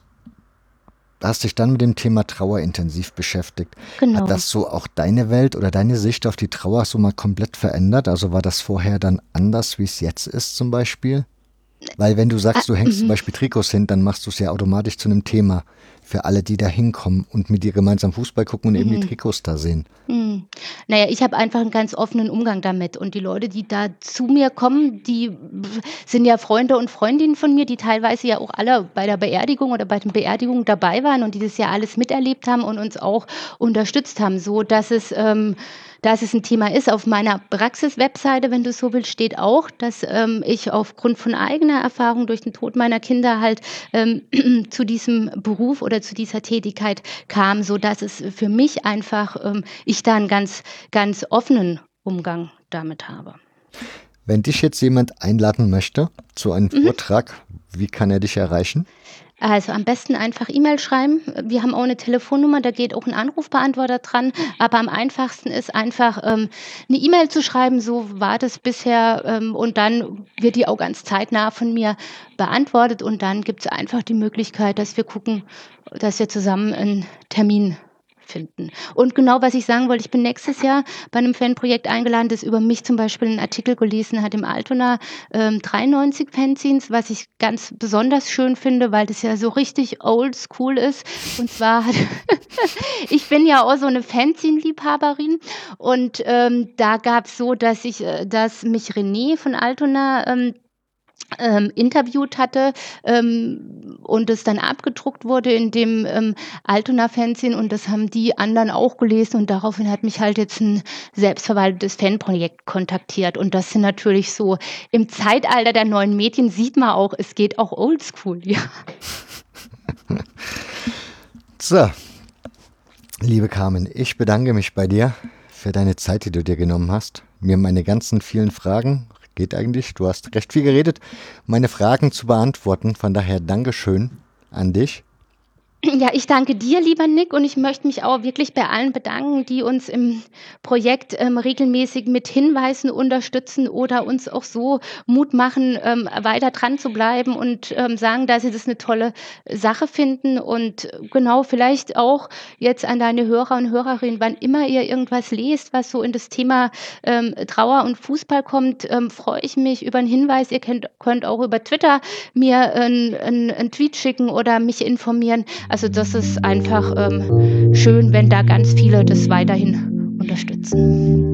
hast dich dann mit dem Thema Trauer intensiv beschäftigt. Genau. Hat das so auch deine Welt oder deine Sicht auf die Trauer so mal komplett verändert? Also war das vorher dann anders, wie es jetzt ist zum Beispiel? Weil wenn du sagst, du hängst zum Beispiel Trikots hin, dann machst du es ja automatisch zu einem Thema für alle, die da hinkommen und mit dir gemeinsam Fußball gucken und eben die Trikots da sehen. Mhm. Na ja, ich habe einfach 'n ganz offenen Umgang damit, und die Leute, die da zu mir kommen, die w sind ja Freunde und Freundinnen von mir, die teilweise ja auch alle bei der Beerdigung oder bei den Beerdigungen dabei waren und die das ja alles miterlebt haben und uns auch unterstützt haben, so dass es ähm, dass es 'n Thema ist. Auf meiner Praxis-Webseite, wenn du so willst, steht auch, dass, ähm, ich aufgrund von eigener Erfahrung durch den Tod meiner Kinder halt, ähm, zu diesem Beruf oder zu dieser Tätigkeit kam, sodass es für mich einfach ähm, ich da 'n ganz ganz offenen Umgang damit habe. Wenn dich jetzt jemand einladen möchte zu einem Mhm. Vortrag, wie kann er dich erreichen? Also, am besten einfach E-Mail schreiben. Wir haben auch 'ne Telefonnummer, da geht auch 'n Anrufbeantworter dran, aber am einfachsten ist einfach, ähm, 'ne E-Mail zu schreiben. So war das bisher, ähm, und dann wird die auch ganz zeitnah von mir beantwortet, und dann gibt's einfach die Möglichkeit, dass wir gucken, dass wir zusammen 'n Termin finden. Und genau, was ich sagen wollte, ich bin nächstes Jahr bei 'nem Fanprojekt eingeladen, das über mich zum Beispiel 'n Artikel gelesen hat im Altona, ähm, dreiundneunzig Fanzines, was ich ganz besonders schön finde, weil das ja so richtig oldschool ist. Und zwar hat ich bin ja auch so 'ne Fanzine-Liebhaberin, und, ähm, da gab's so, dass ich äh, dass mich René von Altona, ähm, ähm, interviewt hatte, ähm, und es dann abgedruckt wurde in dem, ähm, Altona-Fanzine, und das haben die anderen auch gelesen, und daraufhin hat mich halt jetzt 'n selbstverwaltetes Fanprojekt kontaktiert. Und das sind natürlich so im Zeitalter der neuen Medien sieht man auch, es geht auch oldschool, ja. So, liebe Carmen, ich bedanke mich bei dir für deine Zeit, die du dir genommen hast, mir meine ganzen vielen Fragen, geht eigentlich, du hast recht viel geredet, meine Fragen zu beantworten. Von daher Dankeschön an dich. Ja, ich danke dir, lieber Nick, und ich möchte mich auch wirklich bei allen bedanken, die uns im Projekt ähm, regelmäßig mit Hinweisen unterstützen oder uns auch so Mut machen, ähm, weiter dran zu bleiben und ähm, sagen, dass sie das eine tolle Sache finden. Und äh, genau, vielleicht auch jetzt an deine Hörer und Hörerinnen, wann immer ihr irgendwas lest, was so in das Thema ähm, Trauer und Fußball kommt, ähm, freue ich mich über einen Hinweis. Ihr könnt, könnt auch über Twitter mir einen ein Tweet schicken oder mich informieren. Also das ist einfach ähm, schön, wenn da ganz viele das weiterhin unterstützen.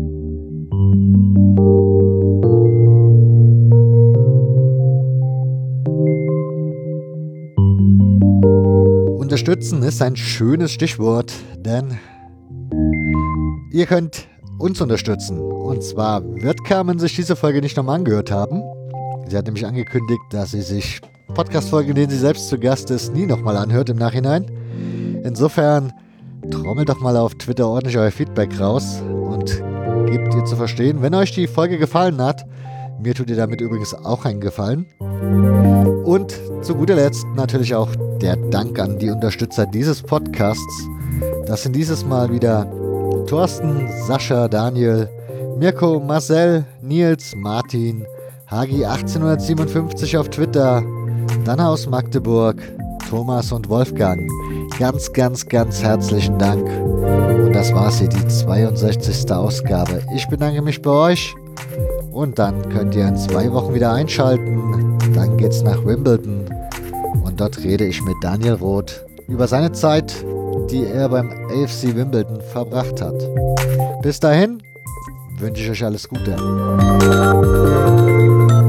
Unterstützen ist ein schönes Stichwort, denn ihr könnt uns unterstützen. Und zwar wird Carmen sich diese Folge nicht nochmal angehört haben. Sie hat nämlich angekündigt, dass sie sich Podcast-Folgen, in denen sie selbst zu Gast ist, nie nochmal anhört im Nachhinein. Insofern trommelt doch mal auf Twitter ordentlich euer Feedback raus und gebt ihr zu verstehen, wenn euch die Folge gefallen hat. Mir tut ihr damit übrigens auch einen Gefallen. Und zu guter Letzt natürlich auch der Dank an die Unterstützer dieses Podcasts. Das sind dieses Mal wieder Thorsten, Sascha, Daniel, Mirko, Marcel, Nils, Martin, Hagi achtzehnhundertsiebenundfünfzig auf Twitter, Dana aus Magdeburg, Thomas und Wolfgang. Ganz, ganz, ganz herzlichen Dank. Und das war sie, die zweiundsechzigste Ausgabe. Ich bedanke mich bei euch und dann könnt ihr in zwei Wochen wieder einschalten. Dann geht's nach Wimbledon und dort rede ich mit Daniel Roth über seine Zeit, die er beim A F C Wimbledon verbracht hat. Bis dahin wünsche ich euch alles Gute.